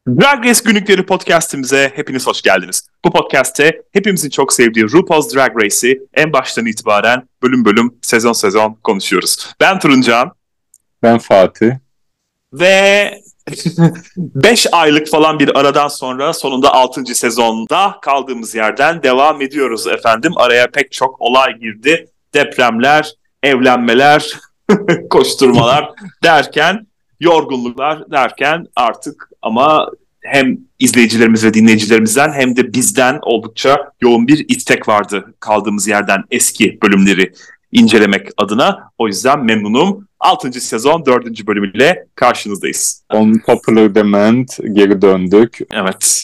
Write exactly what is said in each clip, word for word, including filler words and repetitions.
Drag Race Günlükleri podcastimize hepiniz hoş geldiniz. Bu podcast'te hepimizin çok sevdiği RuPaul's Drag Race'i en baştan itibaren bölüm bölüm, sezon sezon konuşuyoruz. Ben Turuncan. Ben Fatih. Ve beş aylık falan bir aradan sonra sonunda altıncı sezonda kaldığımız yerden devam ediyoruz efendim. Araya pek çok olay girdi. Depremler, evlenmeler, koşturmalar derken, yorgunluklar derken artık ama hem izleyicilerimiz ve dinleyicilerimizden hem de bizden oldukça yoğun bir istek vardı kaldığımız yerden eski bölümleri incelemek adına. O yüzden memnunum. altıncı sezon dördüncü bölümüyle karşınızdayız. On Popular Demand geri döndük. Evet.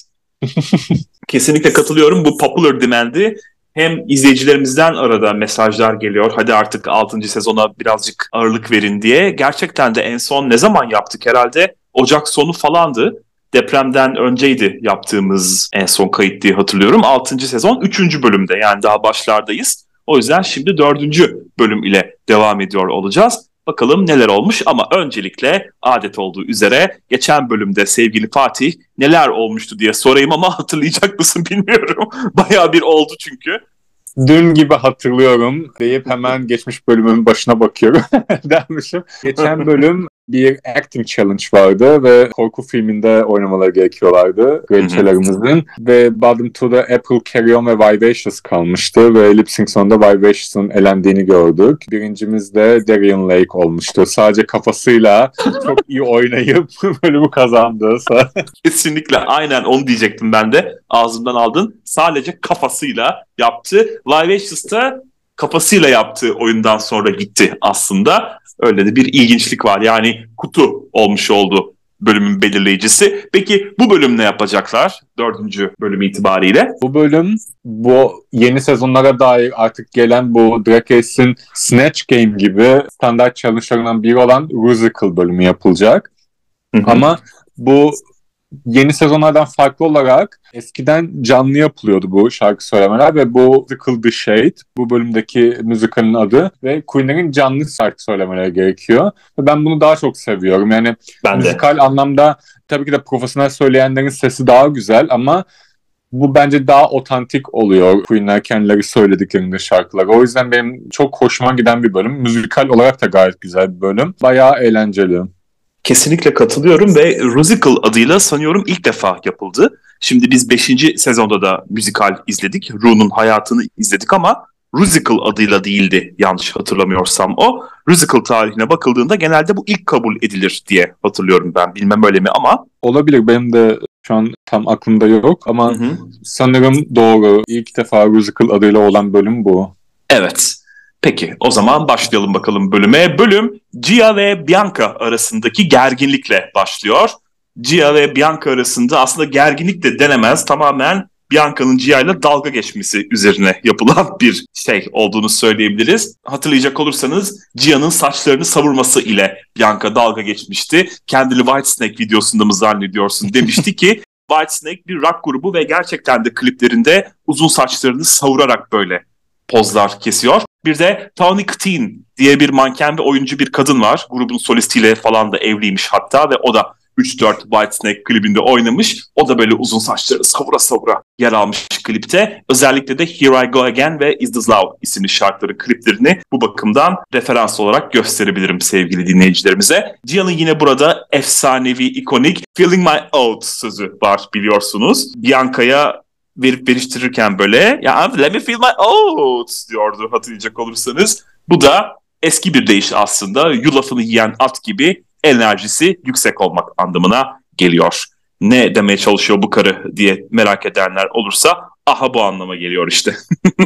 Kesinlikle katılıyorum. Bu Popular Demand'i hem izleyicilerimizden arada mesajlar geliyor. Hadi artık altıncı sezona birazcık ağırlık verin diye. Gerçekten de en son ne zaman yaptık? Herhalde Ocak sonu falandı. Depremden önceydi yaptığımız en son kayıt diye hatırlıyorum. altıncı sezon üçüncü bölümde, yani daha başlardayız. O yüzden şimdi dördüncü bölüm ile devam ediyor olacağız. Bakalım neler olmuş, ama öncelikle adet olduğu üzere geçen bölümde sevgili Fatih neler olmuştu diye sorayım, ama hatırlayacak mısın bilmiyorum. Bayağı bir oldu çünkü. Dün gibi hatırlıyorum deyip hemen geçmiş bölümün başına bakıyorum dermişim. Geçen bölüm bir acting challenge vardı ve korku filminde oynamaları gerekiyorlardı kraliçelerimizin. Ve Bottom two'da April, Carry-On ve Vivacious kalmıştı ve lip sync sonunda Vivacious'ın elendiğini gördük. Birincimiz de Darian Lake olmuştu. Sadece kafasıyla çok iyi oynayıp bölümü kazandı. Kesinlikle aynen onu diyecektim ben de. Ağzımdan aldın. Sadece kafasıyla yaptı. Vivacious da kafasıyla yaptığı oyundan sonra gitti aslında. Öyle de bir ilginçlik var. Yani kutu olmuş oldu bölümün belirleyicisi. Peki bu bölüm ne yapacaklar? Dördüncü bölüm itibariyle. Bu bölüm bu yeni sezonlara dair artık gelen bu Drag Race'in Snatch Game gibi standart challenge'larından biri olan Rusical bölümü yapılacak. Hı hı. Ama bu yeni sezonlardan farklı olarak eskiden canlı yapılıyordu bu şarkı söylemeler ve bu Musical The Shade, bu bölümdeki müzikalin adı ve Queen'lerin canlı şarkı söylemeleri gerekiyor. Ve ben bunu daha çok seviyorum. Yani ben müzikal de. Anlamda tabii ki de profesyonel söyleyenlerin sesi daha güzel ama bu bence daha otantik oluyor Queen'ler kendileri söylediklerinde şarkıları. O yüzden benim çok hoşuma giden bir bölüm. Müzikal olarak da gayet güzel bir bölüm. Bayağı eğlenceli. Kesinlikle katılıyorum ve Rusical adıyla sanıyorum ilk defa yapıldı. Şimdi biz beşinci sezonda da müzikal izledik. Ru'nun hayatını izledik ama Rusical adıyla değildi yanlış hatırlamıyorsam o. Rusical tarihine bakıldığında genelde bu ilk kabul edilir diye hatırlıyorum ben. Bilmem öyle mi ama. Olabilir, benim de şu an tam aklımda yok ama hı hı. Sanırım doğru. İlk defa Rusical adıyla olan bölüm bu. Evet. Peki o zaman başlayalım bakalım bölüme. Bölüm Gia ve Bianca arasındaki gerginlikle başlıyor. Gia ve Bianca arasında aslında gerginlik de denemez. Tamamen Bianca'nın Gia ile dalga geçmesi üzerine yapılan bir şey olduğunu söyleyebiliriz. Hatırlayacak olursanız Gia'nın saçlarını savurması ile Bianca dalga geçmişti. Kendini Whitesnake videosunda mı zannediyorsun demişti ki Whitesnake bir rock grubu ve gerçekten de kliplerinde uzun saçlarını savurarak böyle pozlar kesiyor. Bir de Tawny Kteen diye bir manken ve oyuncu bir kadın var. Grubun solistiyle falan da evliymiş hatta ve o da üç dört Whitesnake klibinde oynamış. O da böyle uzun saçları savura savura yer almış klipte. Özellikle de Here I Go Again ve Is This Love isimli şarkıları kliplerini bu bakımdan referans olarak gösterebilirim sevgili dinleyicilerimize. Gia'nın yine burada efsanevi, ikonik Feeling My Oats sözü var biliyorsunuz. Bianca'ya verip veriştirirken böyle ya let me feel my oats diyordu hatırlayacak olursanız. Bu da eski bir deyiş aslında. Yulafını yiyen at gibi enerjisi yüksek olmak anlamına geliyor. Ne demeye çalışıyor bu karı diye merak edenler olursa aha bu anlama geliyor işte.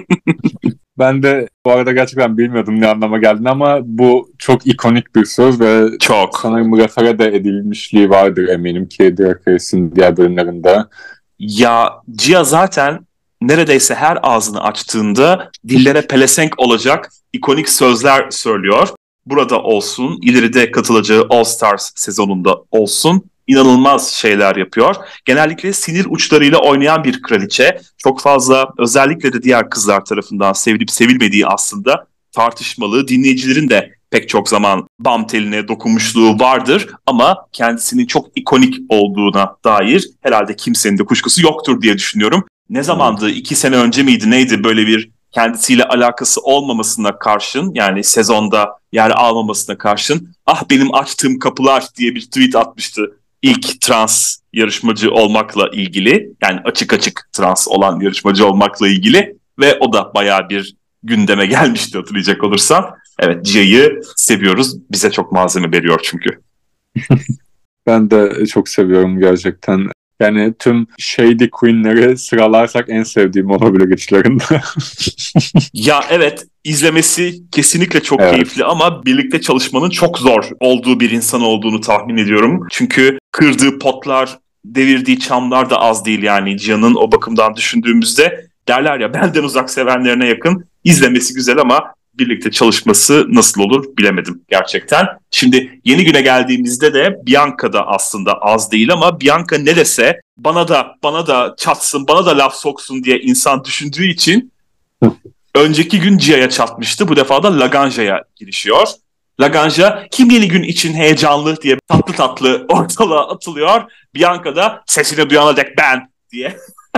Ben de bu arada gerçekten bilmiyordum ne anlama geldiğini ama bu çok ikonik bir söz ve çok sanırım refere de edilmişliği vardır eminim ki Drag Race'in diğer bölümlerinde. Ya Gia zaten neredeyse her ağzını açtığında dillere pelesenk olacak ikonik sözler söylüyor. Burada olsun, ileride katılacağı All Stars sezonunda olsun inanılmaz şeyler yapıyor. Genellikle sinir uçlarıyla oynayan bir kraliçe. Çok fazla özellikle de diğer kızlar tarafından sevilip sevilmediği aslında tartışmalı, dinleyicilerin de pek çok zaman bam teline dokunmuşluğu vardır ama kendisinin çok ikonik olduğuna dair herhalde kimsenin de kuşkusu yoktur diye düşünüyorum. Ne zamandı? İki sene önce miydi? Neydi böyle bir kendisiyle alakası olmamasına karşın, yani sezonda yer almamasına karşın ah benim açtığım kapılar diye bir tweet atmıştı. İlk trans yarışmacı olmakla ilgili, yani açık açık trans olan yarışmacı olmakla ilgili ve o da bayağı bir gündeme gelmişti hatırlayacak olursan. Evet, Gia'yı seviyoruz. Bize çok malzeme veriyor çünkü. Ben de çok seviyorum gerçekten. Yani tüm Shady Queen'leri sıralarsak en sevdiğim olabilir içlerinde. Ya evet, izlemesi kesinlikle çok evet. keyifli ama birlikte çalışmanın çok zor olduğu bir insan olduğunu tahmin ediyorum. Çünkü kırdığı potlar, devirdiği çamlar da az değil yani. Gia'nın o bakımdan düşündüğümüzde derler ya, benden uzak sevenlerine yakın, izlemesi güzel ama birlikte çalışması nasıl olur bilemedim gerçekten. Şimdi yeni güne geldiğimizde de Bianca da aslında az değil ama Bianca ne dese bana da bana da çatsın, bana da laf soksun diye insan düşündüğü için önceki gün Gia'ya çatmıştı. Bu defa da Laganja'ya girişiyor. Laganja kim yeni gün için heyecanlı diye tatlı tatlı ortalığa atılıyor. Bianca da sesini duyana dek ben diye.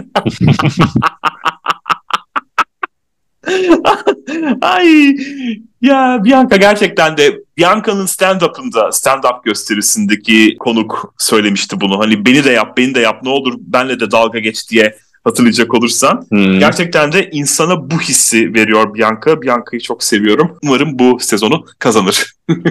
Ay ya, Bianca gerçekten de Bianca'nın stand-up'ında, stand-up gösterisindeki konuk söylemişti bunu. Hani beni de yap, beni de yap, ne olur benle de dalga geç diye hatırlayacak olursan. Hmm. Gerçekten de insana bu hissi veriyor Bianca. Bianca'yı çok seviyorum. Umarım bu sezonu kazanır.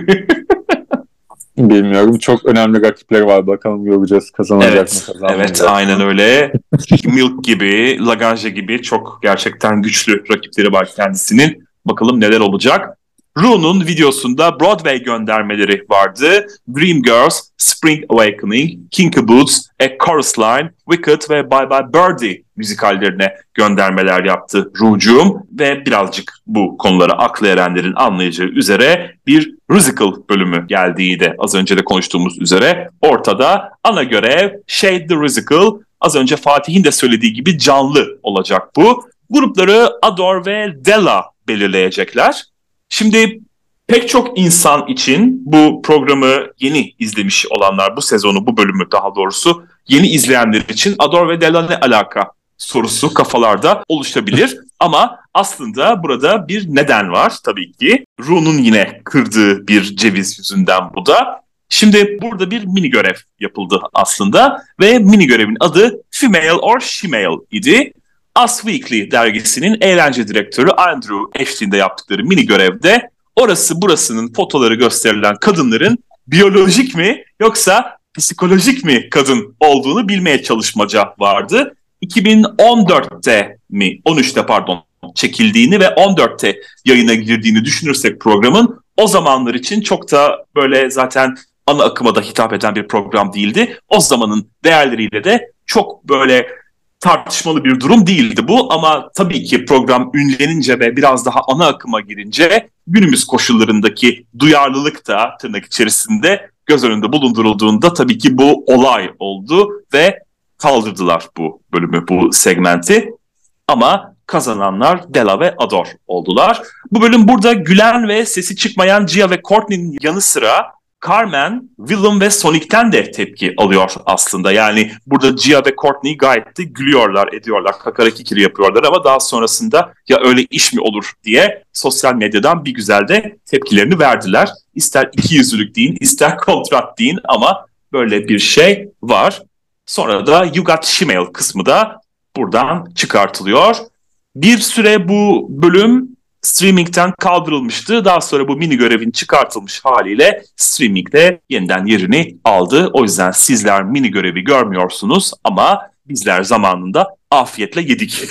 Bilmiyorum. Çok önemli rakipleri var. Bakalım göreceğiz. Kazanacak evet, mı kazanmayacak Evet, aynen öyle. Milk gibi, Laganja gibi çok gerçekten güçlü rakipleri var kendisinin. Bakalım neler olacak. Ru'nun videosunda Broadway göndermeleri vardı. Dreamgirls, Spring Awakening, Kinky Boots, A Chorus Line, Wicked ve Bye Bye Birdie müzikallerine göndermeler yaptı Ru'cuğum. Ve birazcık bu konuları aklı erenlerin anlayacağı üzere bir musical bölümü geldiği de az önce de konuştuğumuz üzere ortada. Ana görev Shade the Musical. Az önce Fatih'in de söylediği gibi canlı olacak bu. Grupları Adore ve Della belirleyecekler. Şimdi pek çok insan için bu programı yeni izlemiş olanlar, bu sezonu, bu bölümü daha doğrusu yeni izleyenler için Adore ve Della ne alaka sorusu kafalarda oluşabilir. Ama aslında burada bir neden var tabii ki. Ru'nun yine kırdığı bir ceviz yüzünden bu da. Şimdi burada bir mini görev yapıldı aslında ve mini görevin adı Female or Shemale idi. Us Weekly dergisinin eğlence direktörü Andrew eşliğinde yaptıkları mini görevde orası burasının fotoları gösterilen kadınların biyolojik mi yoksa psikolojik mi kadın olduğunu bilmeye çalışmaca vardı. iki bin on dörtte mi, on üçte pardon çekildiğini ve on dörtte yayına girdiğini düşünürsek programın, o zamanlar için çok da böyle zaten ana akıma da hitap eden bir program değildi. O zamanın değerleriyle de çok böyle tartışmalı bir durum değildi bu ama tabii ki program ünlenince ve biraz daha ana akıma girince günümüz koşullarındaki duyarlılık da tırnak içerisinde göz önünde bulundurulduğunda tabii ki bu olay oldu ve kaldırdılar bu bölümü, bu segmenti. Ama kazananlar Della ve Adore oldular. Bu bölüm burada gülen ve sesi çıkmayan Gia ve Courtney'nin yanı sıra Carmen, Willem ve Sonic'ten de tepki alıyor aslında. Yani burada Gia ve Courtney gayet de gülüyorlar, ediyorlar, kakara kikiri yapıyorlar ama daha sonrasında ya öyle iş mi olur diye sosyal medyadan bir güzel de tepkilerini verdiler. İster ikiyüzlülük deyin, ister kontrat deyin ama böyle bir şey var. Sonra da You Got Shemale kısmı da buradan çıkartılıyor. Bir süre bu bölüm streaming'den kaldırılmıştı. Daha sonra bu mini görevin çıkartılmış haliyle streaming'de yeniden yerini aldı. O yüzden sizler mini görevi görmüyorsunuz ama bizler zamanında afiyetle yedik.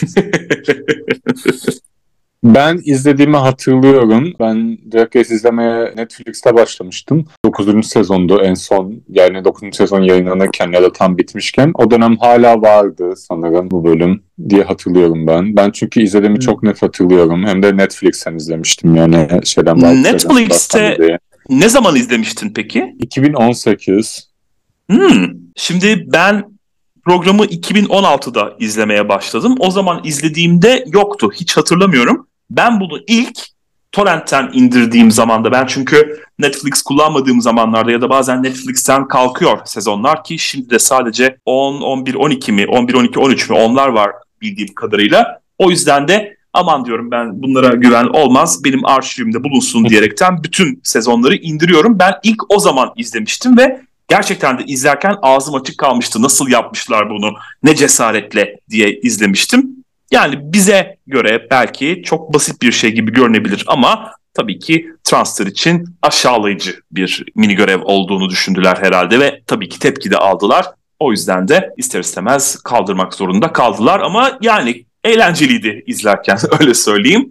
Ben izlediğimi hatırlıyorum. Ben Drag Race izlemeye Netflix'te başlamıştım. dokuzuncu sezondu en son. Yani dokuzuncu sezon yayınlanırken ya da tam bitmişken. O dönem hala vardı sanırım bu bölüm diye hatırlıyorum ben. Ben çünkü izlediğimi hmm. çok net hatırlıyorum. Hem de Netflix'ten izlemiştim yani. Şeyden Netflix'te ne zaman izlemiştin peki? iki bin on sekiz. Hmm. Şimdi ben programı iki bin on altıda izlemeye başladım. O zaman izlediğimde yoktu. Hiç hatırlamıyorum. Ben bunu ilk torrentten indirdiğim zamanda ben çünkü Netflix kullanmadığım zamanlarda ya da bazen Netflix'ten kalkıyor sezonlar ki şimdi de sadece on, on bir, on iki mi, on bir, on iki, on üç mü onlar var bildiğim kadarıyla. O yüzden de aman diyorum ben bunlara güven olmaz benim arşivimde bulunsun diyerekten bütün sezonları indiriyorum. Ben ilk o zaman izlemiştim ve gerçekten de izlerken ağzım açık kalmıştı. Nasıl yapmışlar bunu, ne cesaretle diye izlemiştim. Yani bize göre belki çok basit bir şey gibi görünebilir ama tabii ki transfer için aşağılayıcı bir mini görev olduğunu düşündüler herhalde ve tabii ki tepki de aldılar. O yüzden de ister istemez kaldırmak zorunda kaldılar ama yani eğlenceliydi izlerken öyle söyleyeyim.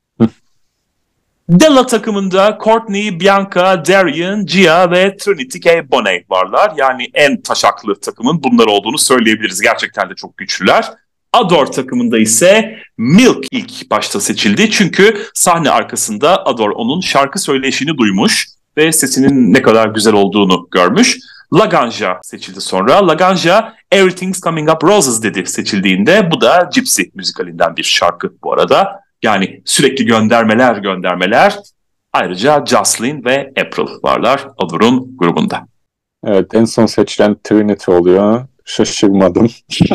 Della takımında Courtney, Bianca, Darian, Gia ve Trinity K. Bonet varlar. Yani en taşaklı takımın bunlar olduğunu söyleyebiliriz. Gerçekten de çok güçlüler. Adore takımında ise Milk ilk başta seçildi. Çünkü sahne arkasında Adore onun şarkı söyleyişini duymuş ve sesinin ne kadar güzel olduğunu görmüş. Laganja seçildi sonra. Laganja Everything's Coming Up Roses dedi seçildiğinde. Bu da Gypsy müzikalinden bir şarkı bu arada. Yani sürekli göndermeler göndermeler. Ayrıca Jocelyn ve April varlar Adore'un grubunda. Evet, en son seçilen Trinity oluyor. Şaşırmadım.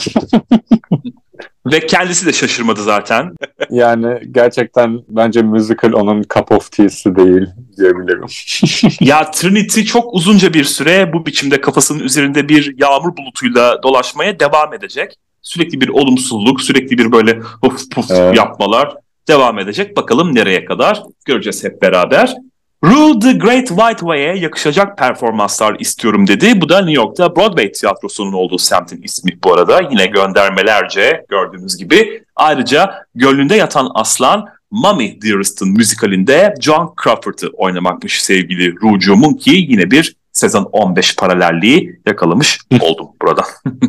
Ve kendisi de şaşırmadı zaten. Yani gerçekten bence musical onun cup of tea'si değil diyebilirim. Ya Trinity çok uzunca bir süre bu biçimde kafasının üzerinde bir yağmur bulutuyla dolaşmaya devam edecek. Sürekli bir olumsuzluk, sürekli bir böyle puf puf evet. yapmalar devam edecek. Bakalım nereye kadar göreceğiz hep beraber. Rue the Great White Way'e yakışacak performanslar istiyorum dedi. Bu da New York'ta Broadway tiyatrosunun olduğu semtin ismi bu arada. Yine göndermelerce gördüğünüz gibi. Ayrıca gönlünde yatan aslan Mommy Dearest'ın müzikalinde John Crawford'ı oynamakmış sevgili Rue'cumun ki yine bir sezon on beş paralelliği yakalamış oldum burada.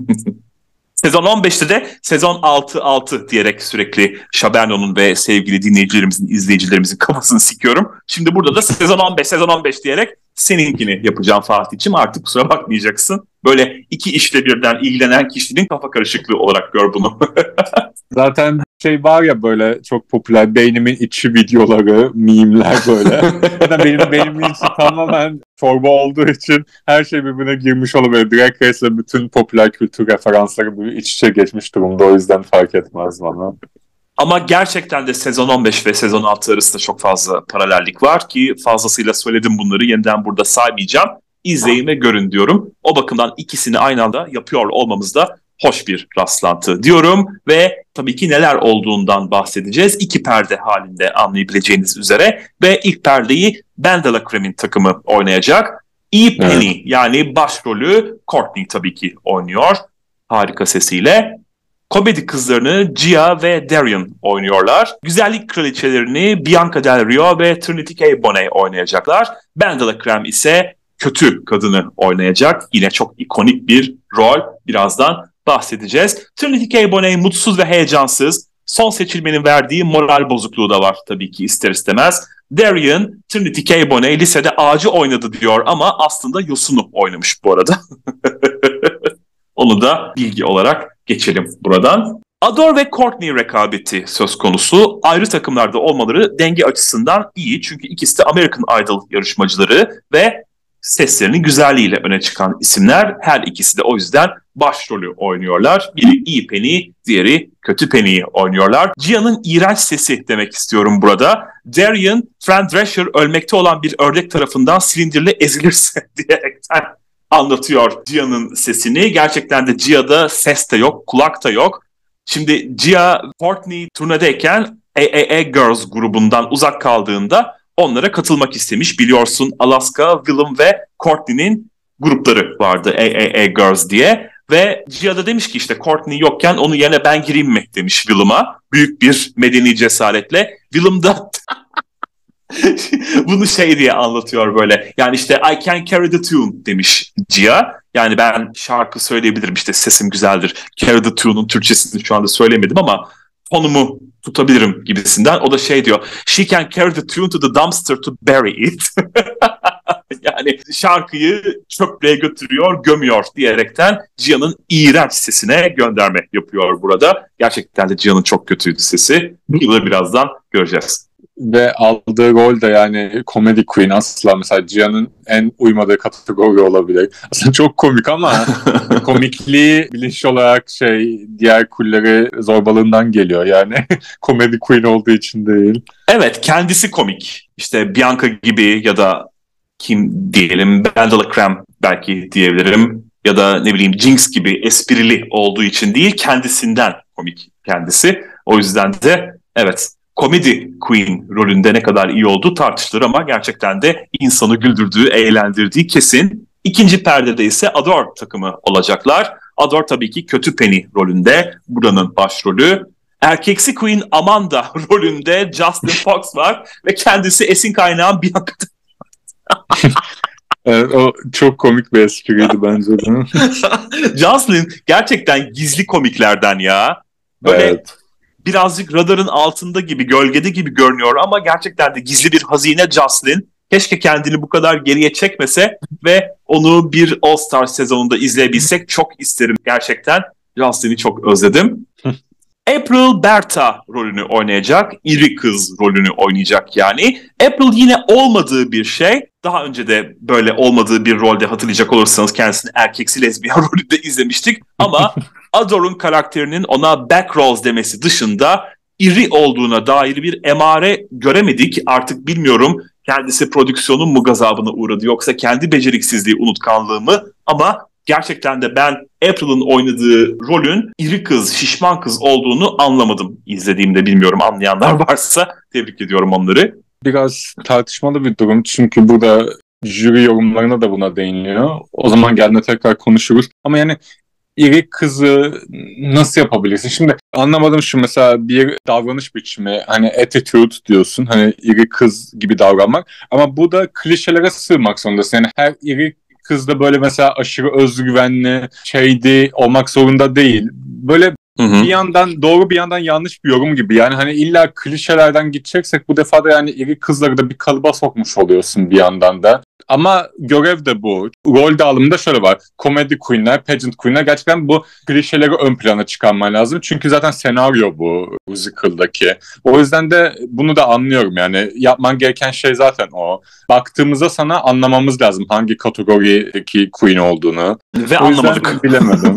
Sezon on beşte de sezon altı altı diyerek sürekli Şaberno'nun ve sevgili dinleyicilerimizin, izleyicilerimizin kafasını sikiyorum. Şimdi burada da sezon on beş, sezon on beş diyerek seninkini yapacağım Fatih'ciğim. Artık kusura bakmayacaksın. Böyle iki işle birden ilgilenen kişinin kafa karışıklığı olarak gör bunu. Zaten şey var ya böyle çok popüler beynimin içi videoları, mimler böyle. Zaten benim beynimin içi tamamen çorba olduğu için her şey birbirine girmiş olabilir. Drag Race'le bütün popüler kültür referansları böyle iç içe geçmiş durumda. O yüzden fark etmez bana. Ama gerçekten de sezon on beş ve sezon altı arasında çok fazla paralellik var ki fazlasıyla söyledim bunları. Yeniden burada saymayacağım. İzleyin ve görün diyorum. O bakımdan ikisini aynı anda yapıyor olmamız da hoş bir rastlantı diyorum ve tabii ki neler olduğundan bahsedeceğiz. İki perde halinde anlayabileceğiniz üzere ve ilk perdeyi Ben de la Creme'in takımı oynayacak. E. Penny evet. yani başrolü Courtney tabii ki oynuyor harika sesiyle. Komedi kızlarını Gia ve Darian oynuyorlar. Güzellik kraliçelerini Bianca Del Rio ve Trinity K. Bonet oynayacaklar. Ben de la Creme ise kötü kadını oynayacak. Yine çok ikonik bir rol. Birazdan bahsedeceğiz. Trinity K. Bonet mutsuz ve heyecansız. Son seçilmenin verdiği moral bozukluğu da var tabii ki ister istemez. Darian, Trinity K. Bonet lisede ağacı oynadı diyor ama aslında yosunu oynamış bu arada. Onu da bilgi olarak geçelim buradan. Adore ve Courtney rekabeti söz konusu. Ayrı takımlarda olmaları denge açısından iyi. Çünkü ikisi de American Idol yarışmacıları ve seslerinin güzelliğiyle öne çıkan isimler. Her ikisi de o yüzden başrolü oynuyorlar. Biri iyi Penny, diğeri kötü Penny'yi oynuyorlar. Gia'nın iğrenç sesi demek istiyorum burada. Darian, Fran Drescher ölmekte olan bir ördek tarafından silindirle ezilirse diyerekten anlatıyor Gia'nın sesini. Gerçekten de Gia'da ses de yok, kulak da yok. Şimdi Gia, Courtney turnedeyken A A A Girls grubundan uzak kaldığında onlara katılmak istemiş. Biliyorsun Alaska, Willem ve Courtney'nin grupları vardı A A A Girls diye. Ve Gia da demiş ki işte Courtney yokken onun yerine ben gireyim mi demiş Willem'a. Büyük bir medeni cesaretle. Willem da bunu şey diye anlatıyor böyle. Yani işte I can carry the tune demiş Gia. Yani ben şarkı söyleyebilirim işte sesim güzeldir. Carry the tune'un Türkçesini şu anda söylemedim ama tonumu tutabilirim gibisinden. O da şey diyor. She can carry the tune to the dumpster to bury it. Yani şarkıyı çöplüğe götürüyor, gömüyor diyerekten Gia'nın iğrenç sesine gönderme yapıyor burada. Gerçekten de Gia'nın çok kötüydü sesi. Bunu da birazdan göreceğiz. ve aldığı rol de yani comedy queen, asla mesela Gia'nın en uymadığı kategori olabilir. Aslında çok komik ama komikliği bilinçli olarak şey diğer kulleri zorbalığından geliyor yani comedy queen olduğu için değil. Evet, kendisi komik. İşte Bianca gibi ya da kim diyelim, BenDeLaCreme belki diyebilirim. Ya da ne bileyim Jinx gibi esprili olduğu için değil, kendisinden komik kendisi. O yüzden de evet, Comedy Queen rolünde ne kadar iyi olduğu tartışılır ama gerçekten de insanı güldürdüğü, eğlendirdiği kesin. İkinci perdede ise Adore takımı olacaklar. Adore tabii ki kötü Penny rolünde, buranın başrolü. Erkeksi Queen Amanda rolünde Justin Fox var ve kendisi esin kaynağın Bianca. Evet, o çok komik bir espriydi bence de. Jocelyn gerçekten gizli komiklerden ya. Böyle evet. Birazcık radarın altında gibi, gölgede gibi görünüyor ama gerçekten de gizli bir hazine Jocelyn. Keşke kendini bu kadar geriye çekmese ve onu bir All Star sezonunda izleyebilsek, çok isterim gerçekten. Jocelyn'i çok özledim. April Berta rolünü oynayacak, iri kız rolünü oynayacak yani. April yine olmadığı bir şey. Daha önce de böyle olmadığı bir rolde hatırlayacak olursanız kendisini erkeksi lezbiyen rolünde izlemiştik. Ama Adore'un karakterinin ona back roles demesi dışında iri olduğuna dair bir emare göremedik. Artık bilmiyorum kendisi prodüksiyonun mu gazabına uğradı yoksa kendi beceriksizliği, unutkanlığı mı? Ama gerçekten de ben April'ın oynadığı rolün iri kız, şişman kız olduğunu anlamadım izlediğimde. Bilmiyorum, anlayanlar varsa tebrik ediyorum onları. Biraz tartışmalı bir durum çünkü burada jüri yorumlarına da buna değiniliyor. O zaman geldiğinde tekrar konuşuruz. Ama yani iri kızı nasıl yapabilirsin? Şimdi anlamadım şu, mesela bir davranış biçimi, hani attitude diyorsun, hani iri kız gibi davranmak, ama bu da klişelere sığmak zorundasın. Yani her iri kız da böyle mesela aşırı özgüvenli, şeydi olmak zorunda değil. Böyle hı hı. bir yandan doğru bir yandan yanlış bir yorum gibi. Yani hani illa klişelerden gideceksek bu defa da yani iri kızları da bir kalıba sokmuş oluyorsun bir yandan da. Ama görev de bu. Rol dağılımında şöyle var. Comedy queenler, pageant queenler, gerçekten bu klişeleri ön plana çıkarman lazım. Çünkü zaten senaryo bu musical'daki. O yüzden de bunu da anlıyorum yani. Yapman gereken şey zaten o. Baktığımızda sana anlamamız lazım hangi kategorideki queen olduğunu. Ve o anlamadık. Bilemedim.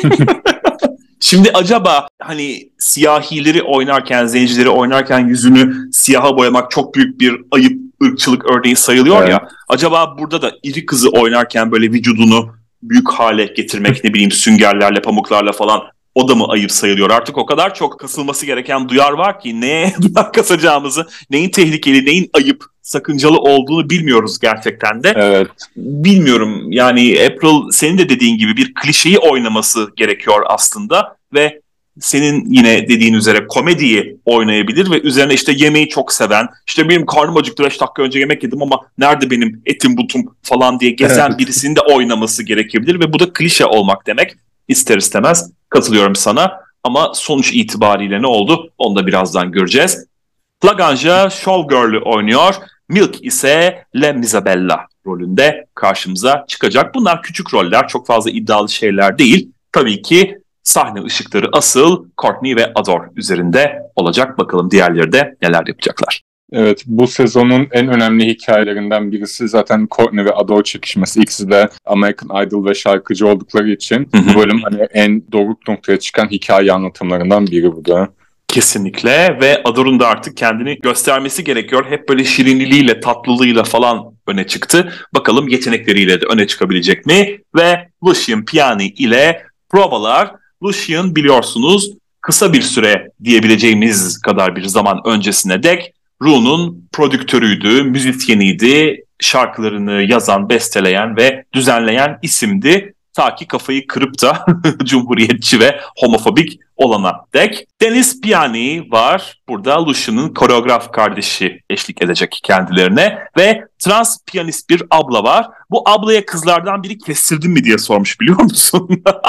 Şimdi acaba hani siyahileri oynarken, zencileri oynarken yüzünü siyaha boyamak çok büyük bir ayıp, ırkçılık örneği sayılıyor evet. ya. Acaba burada da iri kızı oynarken böyle vücudunu büyük hale getirmek, ne bileyim süngerlerle, pamuklarla falan, o da mı ayıp sayılıyor? Artık o kadar çok kasılması gereken duyar var ki neye duyar kasacağımızı, neyin tehlikeli, neyin ayıp, sakıncalı olduğunu bilmiyoruz gerçekten de. Evet. Bilmiyorum yani, April senin de dediğin gibi bir klişeyi oynaması gerekiyor aslında ve senin yine dediğin üzere komediyi oynayabilir ve üzerine işte yemeği çok seven, işte benim karnım acıktı beş dakika önce yemek yedim ama nerede benim etim butum falan diye gezen evet. birisinin de oynaması gerekebilir ve bu da klişe olmak demek. İster istemez katılıyorum sana ama sonuç itibariyle ne oldu onu da birazdan göreceğiz. Laganja Showgirl'ü oynuyor. Milk ise Le Isabella rolünde karşımıza çıkacak. Bunlar küçük roller, çok fazla iddialı şeyler değil. Tabii ki sahne ışıkları asıl Courtney ve Adore üzerinde olacak. Bakalım diğerleri de neler yapacaklar. Evet, bu sezonun en önemli hikayelerinden birisi zaten Courtney ve Adore çekişmesi. İkisi de American Idol ve şarkıcı oldukları için hı hı. bu bölüm hani en doruk noktaya çıkan hikaye anlatımlarından biri bu da. Kesinlikle ve Adore'un da artık kendini göstermesi gerekiyor. Hep böyle şirinliğiyle, tatlılığıyla falan öne çıktı. Bakalım yetenekleriyle de öne çıkabilecek mi? Ve Lucien Piani ile provalar. Lucien biliyorsunuz kısa bir süre diyebileceğimiz kadar bir zaman öncesine dek Ru'nun prodüktörüydü, müzisyeniydi, şarkılarını yazan, besteleyen ve düzenleyen isimdi. Ta ki kafayı kırıp da cumhuriyetçi ve homofobik olana dek. Deniz Piani var. Burada Lucian'ın koreograf kardeşi eşlik edecek kendilerine. Ve trans piyanist bir abla var. Bu ablaya kızlardan biri kestirdin mi diye sormuş, biliyor musun?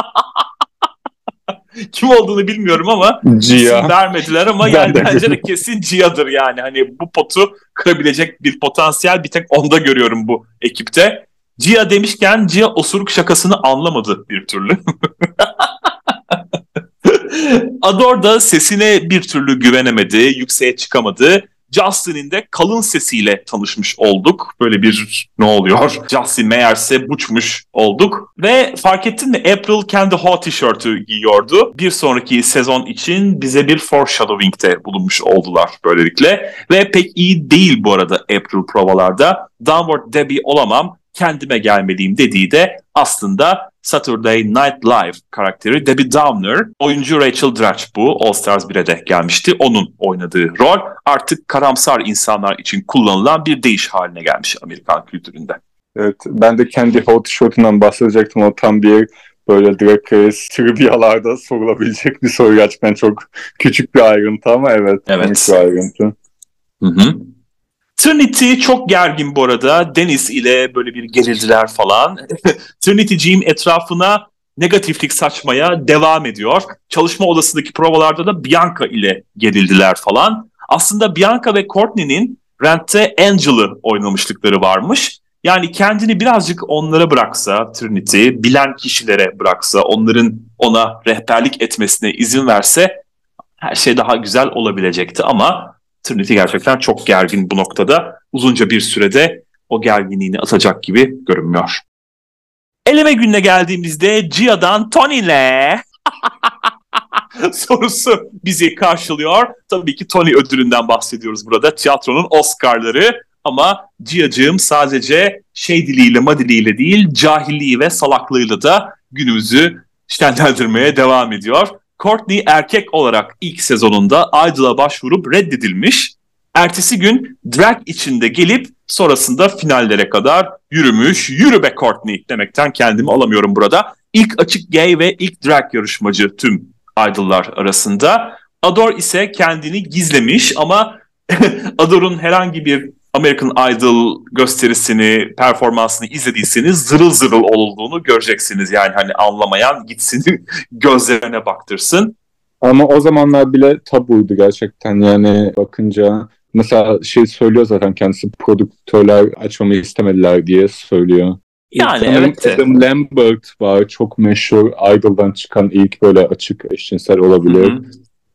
Kim olduğunu bilmiyorum ama isim vermediler ama yani bence de kesin Gia'dır yani. Hani bu potu kırabilecek bir potansiyel bir tek onda görüyorum bu ekipte. Gia demişken Gia osuruk şakasını anlamadı bir türlü. Adore da sesine bir türlü güvenemedi, yükseğe çıkamadı. Justin'in de kalın sesiyle tanışmış olduk. Böyle bir ne oluyor? Justin meğerse buçmuş olduk. Ve fark ettin mi? April kendi hot tişörtü giyiyordu. Bir sonraki sezon için bize bir foreshadowing'te bulunmuş oldular böylelikle. Ve pek iyi değil bu arada April provalarda. Downward Debbie olamam, kendime gelmeliyim dediği de aslında Saturday Night Live karakteri Debbie Downer. Oyuncu Rachel Dratch bu. All Stars bir'e de gelmişti. Onun oynadığı rol artık karamsar insanlar için kullanılan bir deyiş haline gelmiş Amerikan kültüründe. Evet, ben de kendi hot tişörtünden bahsedecektim. O tam bir böyle Drag Race trivyalarda sorulabilecek bir soru. Gerçekten çok küçük bir ayrıntı ama evet. Evet. Bir ayrıntı. Hı hı. Trinity çok gergin bu arada. Dennis ile böyle bir gerildiler falan. Trinity'ciğim etrafına negatiflik saçmaya devam ediyor. Çalışma odasındaki provalarda da Bianca ile gerildiler falan. Aslında Bianca ve Courtney'nin Rent'te Angel'ı oynamışlıkları varmış. Yani kendini birazcık onlara bıraksa Trinity, bilen kişilere bıraksa, onların ona rehberlik etmesine izin verse her şey daha güzel olabilecekti ama Trinity gerçekten çok gergin bu noktada. Uzunca bir sürede o gerginliğini atacak gibi görünmüyor. Eleme gününe geldiğimizde Gia'dan Tony'le sorusu bizi karşılıyor. Tabii ki Tony ödülünden bahsediyoruz burada. Tiyatronun Oscar'ları. Ama Gia'cığım sadece şey diliyle, ma diliyle değil, cahilliği ve salaklığıyla da günümüzü şenlendirmeye devam ediyor. Courtney erkek olarak ilk sezonunda Idol'a başvurup reddedilmiş. Ertesi gün drag içinde gelip sonrasında finallere kadar yürümüş. Yürü be Courtney demekten kendimi alamıyorum burada. İlk açık gay ve ilk drag yarışmacı tüm Idol'lar arasında. Adore ise kendini gizlemiş ama Adore'un herhangi bir American Idol gösterisini, performansını izlediyseniz zırıl zırıl olduğunu göreceksiniz. Yani hani anlamayan gitsin gözlerine baktırsın. Ama o zamanlar bile tabuydu gerçekten, yani bakınca. Mesela şey söylüyor zaten kendisi, prodüktörler açmamı istemediler diye söylüyor. Yani Sanırım evet. Adam Lambert var, çok meşhur Idol'dan çıkan ilk böyle açık eşcinsel olabilir. Hı-hı.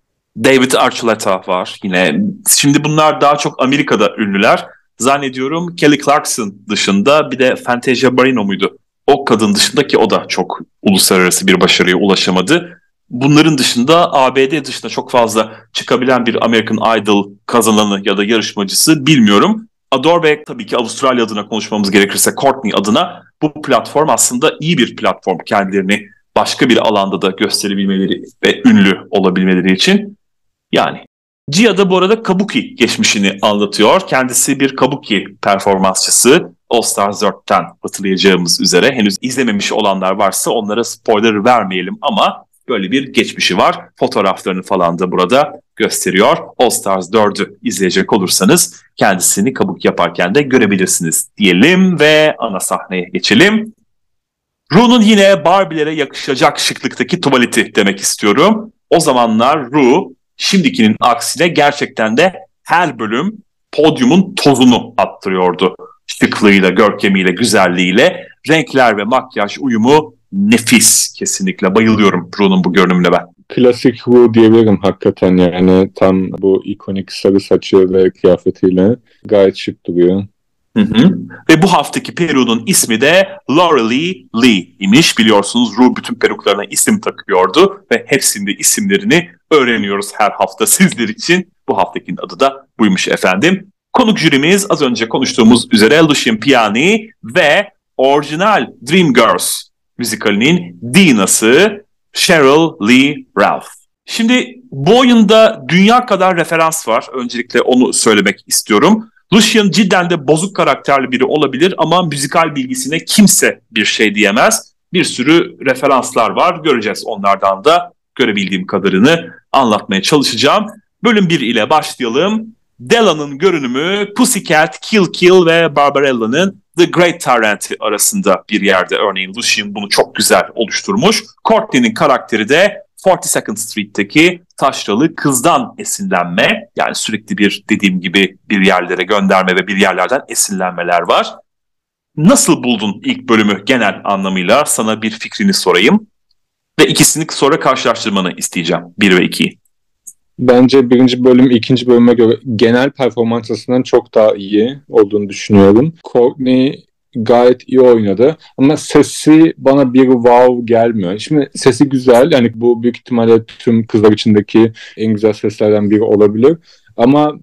David Archuleta var yine. Şimdi bunlar daha çok Amerika'da ünlüler. Zannediyorum Kelly Clarkson dışında bir de Fantasia Barrino muydu? O kadın dışında, ki o da çok uluslararası bir başarıya ulaşamadı. Bunların dışında A B D dışında çok fazla çıkabilen bir American Idol kazananı ya da yarışmacısı bilmiyorum. Adore ve tabii ki Avustralya adına konuşmamız gerekirse Courtney adına bu platform aslında iyi bir platform, kendilerini başka bir alanda da gösterebilmeleri ve ünlü olabilmeleri için. Yani Gia da bu arada Kabuki geçmişini anlatıyor. Kendisi bir Kabuki performansçısı. All Stars dörtten hatırlayacağımız üzere. Henüz izlememiş olanlar varsa onlara spoiler vermeyelim ama böyle bir geçmişi var. Fotoğraflarını falan da burada gösteriyor. All Stars dördü izleyecek olursanız kendisini Kabuki yaparken de görebilirsiniz diyelim ve ana sahneye geçelim. Ru'nun yine Barbie'lere yakışacak şıklıktaki tuvaleti demek istiyorum. O zamanlar Ru, şimdikinin aksine gerçekten de her bölüm podyumun tozunu attırıyordu. Şıklığıyla, görkemiyle, güzelliğiyle. Renkler ve makyaj uyumu nefis. Kesinlikle bayılıyorum Ru'nun bu görünümüne ben. Klasik Ru diyebilirim hakikaten, yani tam bu ikonik sarı saçı ve kıyafetiyle gayet şık duruyor. Hı hı. Ve bu haftaki peruğunun ismi de Lauralee Lee imiş. Biliyorsunuz Ru bütün peruklarına isim takıyordu ve hepsinde isimlerini öğreniyoruz her hafta sizler için. Bu haftakinin adı da buymuş efendim. Konuk jürimiz az önce konuştuğumuz üzere Lucian Piani ve orijinal Dreamgirls müzikalinin Dina'sı Cheryl Lee Ralph. Şimdi bu oyunda dünya kadar referans var. Öncelikle onu söylemek istiyorum. Lucian cidden de bozuk karakterli biri olabilir ama müzikal bilgisine kimse bir şey diyemez. Bir sürü referanslar var. Göreceğiz, onlardan da görebildiğim kadarını anlatmaya çalışacağım. Bölüm bir ile başlayalım. Della'nın görünümü Pussycat, Kill Kill ve Barbarella'nın The Great Tyrant arasında bir yerde. Örneğin Lucian bunu çok güzel oluşturmuş. Courtney'nin karakteri de forty-second Street'teki taşralı kızdan esinlenme, yani sürekli bir dediğim gibi bir yerlere gönderme ve bir yerlerden esinlenmeler var. Nasıl buldun ilk bölümü genel anlamıyla? Sana bir fikrini sorayım ve ikisini sonra karşılaştırmanı isteyeceğim, bir ve ikiyi. Bence birinci bölüm ikinci bölüme göre genel performans açısından çok daha iyi olduğunu düşünüyorum. Courtney gayet iyi oynadı ama sesi bana bir wow gelmiyor. Şimdi sesi güzel, yani bu büyük ihtimalle tüm kızlar içindeki en güzel seslerden biri olabilir ama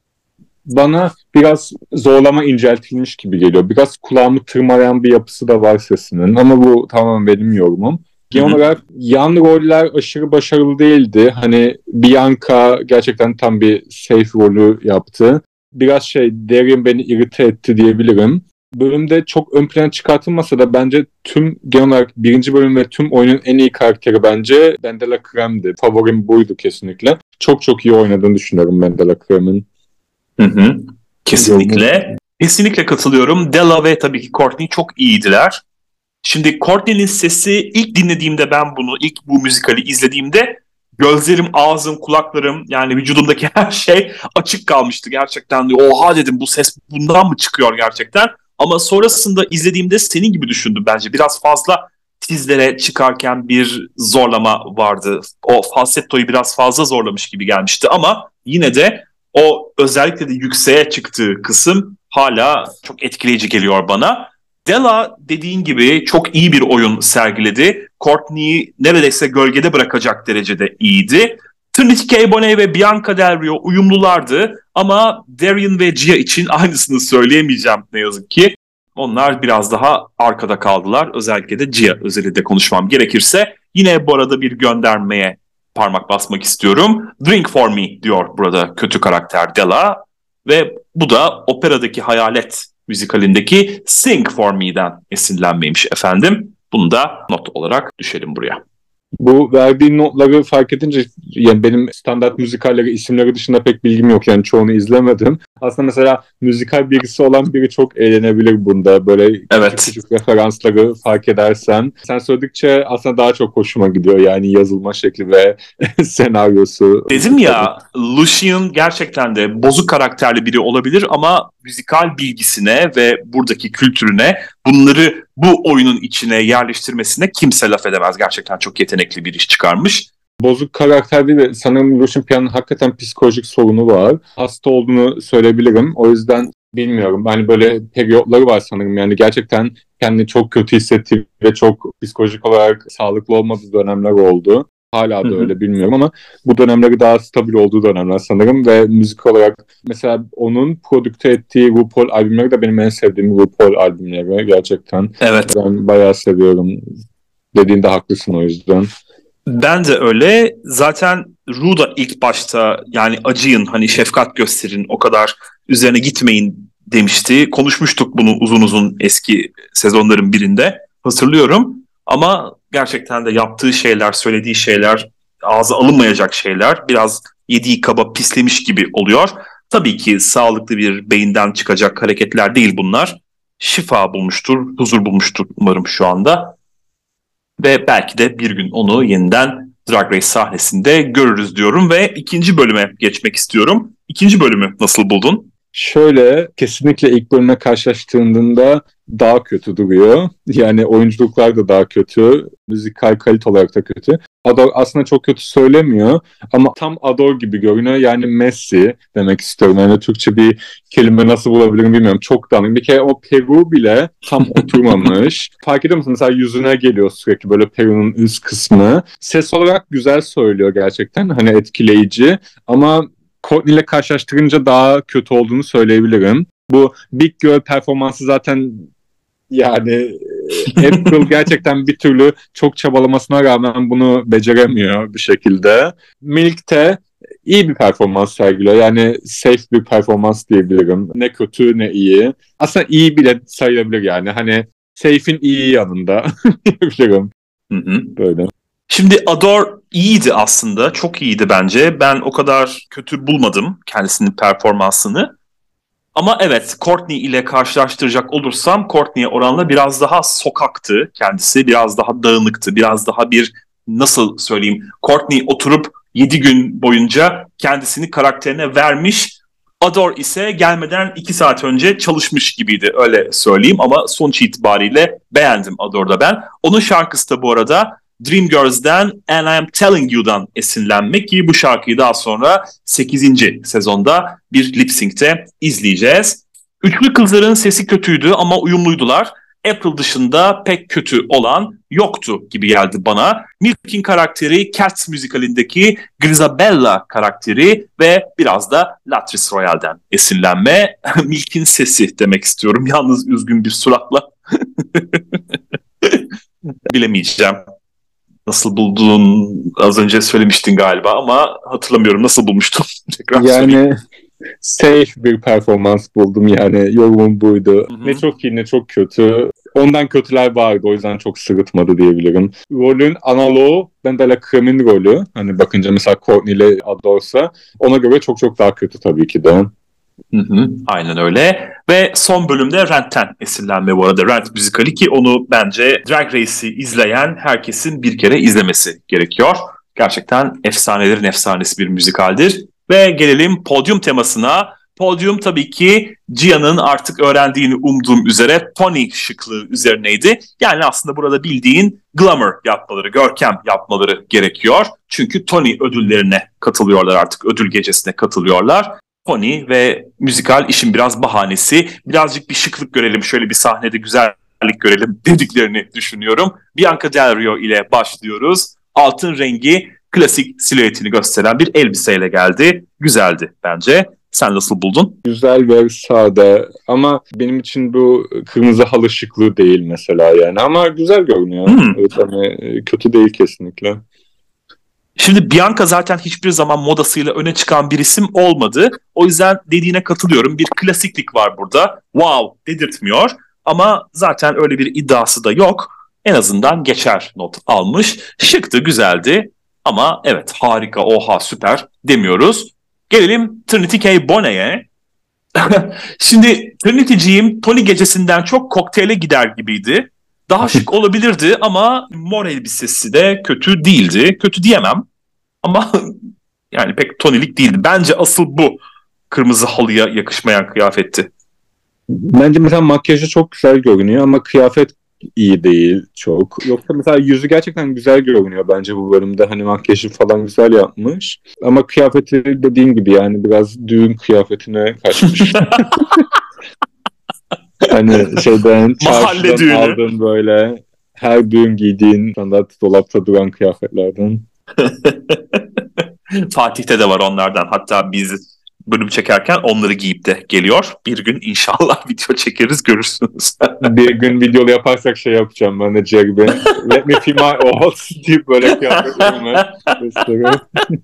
bana biraz zorlama inceltilmiş gibi geliyor. Biraz kulağımı tırmalayan bir yapısı da var sesinin ama bu tamamen benim yorumum. Genel Hı-hı. olarak yan roller aşırı başarılı değildi. Hani Bianca gerçekten tam bir safe rolü yaptı. Biraz şey, Darian beni irite etti diyebilirim. Bölümde çok ön plana çıkartılmasa da bence tüm genel olarak birinci bölüm ve tüm oyunun en iyi karakteri bence Wendella Crum'di. Favorim buydu kesinlikle. Çok çok iyi oynadığını düşünüyorum Wendella Crum'ın. Hı hı. Kesinlikle. Kesinlikle katılıyorum. Della ve tabii ki Courtney çok iyiydiler. Şimdi Courtney'nin sesi ilk dinlediğimde, ben bunu ilk bu müzikali izlediğimde gözlerim, ağzım, kulaklarım, yani vücudumdaki her şey açık kalmıştı gerçekten. Oha dedim, bu ses bundan mı çıkıyor gerçekten? Ama sonrasında izlediğimde senin gibi düşündüm bence. Biraz fazla tizlere çıkarken bir zorlama vardı. O falsettoyu biraz fazla zorlamış gibi gelmişti ama yine de o özellikle de yükseğe çıktığı kısım hala çok etkileyici geliyor bana. Della dediğin gibi çok iyi bir oyun sergiledi. Courtney'i neredeyse gölgede bırakacak derecede iyiydi. Trinity K. Bonet ve Bianca Del Rio uyumlulardı ama Darian ve Gia için aynısını söyleyemeyeceğim ne yazık ki. Onlar biraz daha arkada kaldılar. Özellikle de Gia özelinde konuşmam gerekirse. Yine bu arada bir göndermeye parmak basmak istiyorum. Drink for me diyor burada kötü karakter Della ve bu da operadaki hayalet müzikalindeki Sing for me'den esinlenmeymiş efendim. Bunu da not olarak düşelim buraya. Bu verdiğin notları fark edince, yani benim standart müzikalleri isimleri dışında pek bilgim yok, yani çoğunu izlemedim. Aslında mesela müzikal bilgisi olan biri çok eğlenebilir bunda, böyle evet. küçük küçük referansları fark edersen. Sen söyledikçe aslında daha çok hoşuma gidiyor, yani yazılma şekli ve senaryosu. Dedim ya, Lucien gerçekten de bozuk karakterli biri olabilir ama müzikal bilgisine ve buradaki kültürüne, bunları bu oyunun içine yerleştirmesine kimse laf edemez. Gerçekten çok yetenekli bir iş çıkarmış. Bozuk karakter değil de sanırım Lucien Pian'ın hakikaten psikolojik sorunu var. Hasta olduğunu söyleyebilirim. O yüzden bilmiyorum. Hani böyle periyotları var sanırım. Yani gerçekten kendini çok kötü hissettiği ve çok psikolojik olarak sağlıklı olmadığı dönemler oldu. Hala da Hı-hı. öyle, bilmiyorum ama bu dönemleri daha stabil olduğu dönemler sanırım ve müzik olarak mesela onun prodükte ettiği RuPaul albümleri de benim en sevdiğim RuPaul albümleri gerçekten. Evet. Ben bayağı seviyorum. Dediğinde haklısın o yüzden. Ben de öyle. Zaten Ru da ilk başta yani acıyın, hani şefkat gösterin, o kadar üzerine gitmeyin demişti. Konuşmuştuk bunu uzun uzun eski sezonların birinde. Hatırlıyorum. Ama gerçekten de yaptığı şeyler, söylediği şeyler ağza alınmayacak şeyler. Biraz yediği kaba pislemiş gibi oluyor. Tabii ki sağlıklı bir beyinden çıkacak hareketler değil bunlar. Şifa bulmuştur, huzur bulmuştur umarım şu anda. Ve belki de bir gün onu yeniden Drag Race sahnesinde görürüz diyorum ve ikinci bölüme geçmek istiyorum. İkinci bölümü nasıl buldun? Şöyle, kesinlikle ilk bölüme karşılaştığında daha kötü duruyor. Yani oyunculuklar da daha kötü. Müzikal kalite olarak da kötü. Ador aslında çok kötü söylemiyor ama tam Ador gibi görünüyor. Yani Messi demek istiyorum. Yani Türkçe bir kelime nasıl bulabilirim bilmiyorum. Çok dağınık. Bir kere o peru bile tam oturmamış. Fark ediyor musun? Mesela yüzüne geliyor sürekli böyle perunun üst kısmı. Ses olarak güzel söylüyor gerçekten. Hani etkileyici ama Courtney ile karşılaştırınca daha kötü olduğunu söyleyebilirim. Bu Big Girl performansı zaten yani April gerçekten bir türlü çok çabalamasına rağmen bunu beceremiyor bir şekilde. Milk de iyi bir performans sergiliyor. Yani safe bir performans diyebilirim. Ne kötü ne iyi. Aslında iyi bile sayılabilir yani. Hani safe'in iyi yanında diyebilirim. Hı hı. Böyle. Şimdi Ador iyiydi aslında. Çok iyiydi bence. Ben o kadar kötü bulmadım kendisinin performansını. Ama evet, Courtney ile karşılaştıracak olursam Courtney'e oranla biraz daha sokaktı kendisi. Biraz daha dağınıktı. Biraz daha bir, nasıl söyleyeyim, Courtney oturup yedi gün boyunca kendisini karakterine vermiş. Ador ise gelmeden iki saat önce çalışmış gibiydi, öyle söyleyeyim. Ama sonuç itibariyle beğendim Ador'da ben. Onun şarkısı da bu arada Dreamgirls'den And I'm Telling You'dan esinlenmek ki bu şarkıyı daha sonra sekizinci sezonda bir lip sync'te izleyeceğiz. Üçlü kızların sesi kötüydü ama uyumluydular. April dışında pek kötü olan yoktu gibi geldi bana. Milk'in karakteri Cats müzikalindeki Grisabella karakteri ve biraz da Latrice Royale'den esinlenme. Milk'in sesi demek istiyorum. Yalnız üzgün bir suratla. Bilemeyeceğim. Nasıl buldun? Az önce söylemiştin galiba ama hatırlamıyorum. Nasıl bulmuştun? Tekrar yani söyleyeyim. safe bir performans buldum yani. Yorumum buydu. Hı hı. Ne çok iyi ne çok kötü. Ondan kötüler vardı. O yüzden çok sırıtmadı diyebilirim. Rolün analoğu Bella Crem'in rolü. Hani bakınca mesela Courtney ile Adorsa ona göre çok çok daha kötü tabii ki de. Hı hı, aynen öyle. Ve son bölümde Rent'ten esinlenme bu arada. Rent müzikali ki onu bence Drag Race'i izleyen herkesin bir kere izlemesi gerekiyor. Gerçekten efsanelerin efsanesi bir müzikaldir. Ve gelelim podyum temasına. Podyum tabii ki Gia'nın artık öğrendiğini umduğum üzere Tony şıklığı üzerineydi. Yani aslında burada bildiğin glamour yapmaları, görkem yapmaları gerekiyor. Çünkü Tony ödüllerine katılıyorlar artık, ödül gecesine katılıyorlar. Tony ve müzikal işin biraz bahanesi. Birazcık bir şıklık görelim, şöyle bir sahnede güzellik görelim dediklerini düşünüyorum. Bianca Del Rio ile başlıyoruz. Altın rengi klasik silüetini gösteren bir elbiseyle geldi. Güzeldi bence. Sen nasıl buldun? Güzel ve sade ama benim için bu kırmızı halı şıklığı değil mesela yani ama güzel görünüyor. Hmm. Evet, hani kötü değil kesinlikle. Şimdi Bianca zaten hiçbir zaman modasıyla öne çıkan bir isim olmadı. O yüzden dediğine katılıyorum. Bir klasiklik var burada. Wow dedirtmiyor ama zaten öyle bir iddiası da yok. En azından geçer not almış. Şıktı, güzeldi ama evet harika, oha süper demiyoruz. Gelelim Trinity K. Bonet'e. Şimdi Trinity'ciğim Tony gecesinden çok kokteyle gider gibiydi. Daha şık olabilirdi ama mor elbisesi de kötü değildi. Kötü diyemem ama yani pek Tony'lik değildi. Bence asıl bu kırmızı halıya yakışmayan kıyafetti. Bence mesela makyajı çok güzel görünüyor ama kıyafet iyi değil çok. Yoksa mesela yüzü gerçekten güzel görünüyor bence bu bölümde. Hani makyajı falan güzel yapmış. Ama kıyafeti dediğim gibi yani biraz düğün kıyafetine kaçmış. Hani şeyden çarşıdan aldığın böyle her düğün giydiğin standart dolapta duran kıyafetlerden. Fatih'te de var onlardan. Hatta biz bölüm çekerken onları giyip de geliyor. Bir gün inşallah video çekeriz, görürsünüz. Bir gün videolu yaparsak şey yapacağım ben de Jerry Bey. Let me feel my old deyip böyle kıyafetlerimi gösteriyorum.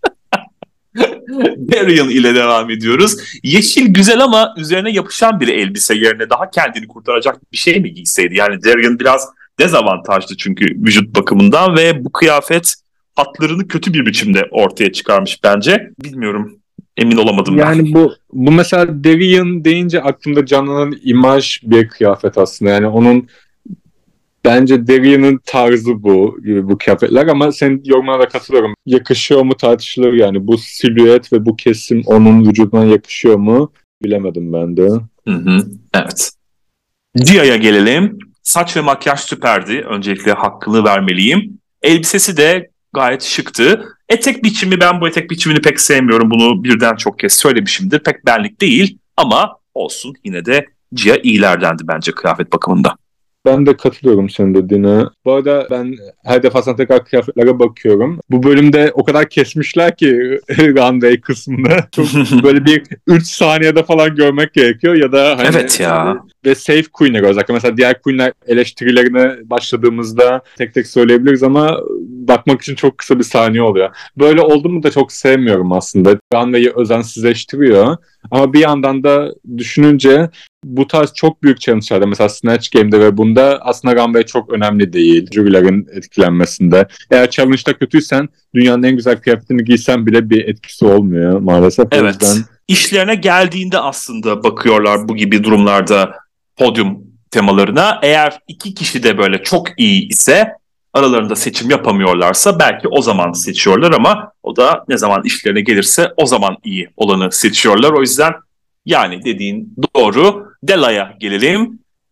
Darian ile devam ediyoruz. Yeşil güzel ama üzerine yapışan bir elbise yerine daha kendini kurtaracak bir şey mi giyseydi? Yani Darian biraz dezavantajlı çünkü vücut bakımından ve bu kıyafet hatlarını kötü bir biçimde ortaya çıkarmış bence. Bilmiyorum. Emin olamadım yani ben. Yani bu bu mesela Darian deyince aklımda canlanan imaj bir kıyafet aslında. Yani onun bence Darian'ın tarzı bu gibi bu kıyafetler ama senin yorumuna da katılıyorum. Yakışıyor mu tartışılır yani. Bu silüet ve bu kesim onun vücuduna yakışıyor mu? Bilemedim ben de. Hı hı, evet. Gia'ya gelelim. Saç ve makyaj süperdi. Öncelikle hakkını vermeliyim. Elbisesi de gayet şıktı. Etek biçimi, ben bu etek biçimini pek sevmiyorum. Bunu birden çok kez söylemişimdir. Pek benlik değil ama olsun, yine de Gia iyilerdendi bence kıyafet bakımında. Ben de katılıyorum senin dediğine. Bu arada ben her defasında tekrar kıyafetlere bakıyorum. Bu bölümde o kadar kesmişler ki runway kısmında. Çok böyle bir üç saniyede falan görmek gerekiyor ya da hani evet ya. Ve safe queen'ler özellikle. Mesela diğer queen'ler eleştirilerine başladığımızda tek tek söyleyebiliriz ama bakmak için çok kısa bir saniye oluyor. Böyle oldu mu da çok sevmiyorum aslında. Runway'i özensizleştiriyor. Ama bir yandan da düşününce bu tarz çok büyük challenge'larda mesela Snatch Game'de ve bunda aslında runway çok önemli değil jürilerin etkilenmesinde. Eğer challenge'da kötüysen dünyanın en güzel kıyafetini giysen bile bir etkisi olmuyor maalesef. Evet. O yüzden... İşlerine geldiğinde aslında bakıyorlar bu gibi durumlarda podyum temalarına. Eğer iki kişi de böyle çok iyi ise aralarında seçim yapamıyorlarsa belki o zaman seçiyorlar ama o da ne zaman işlerine gelirse o zaman iyi olanı seçiyorlar. O yüzden yani dediğin doğru. Dela'ya gelelim.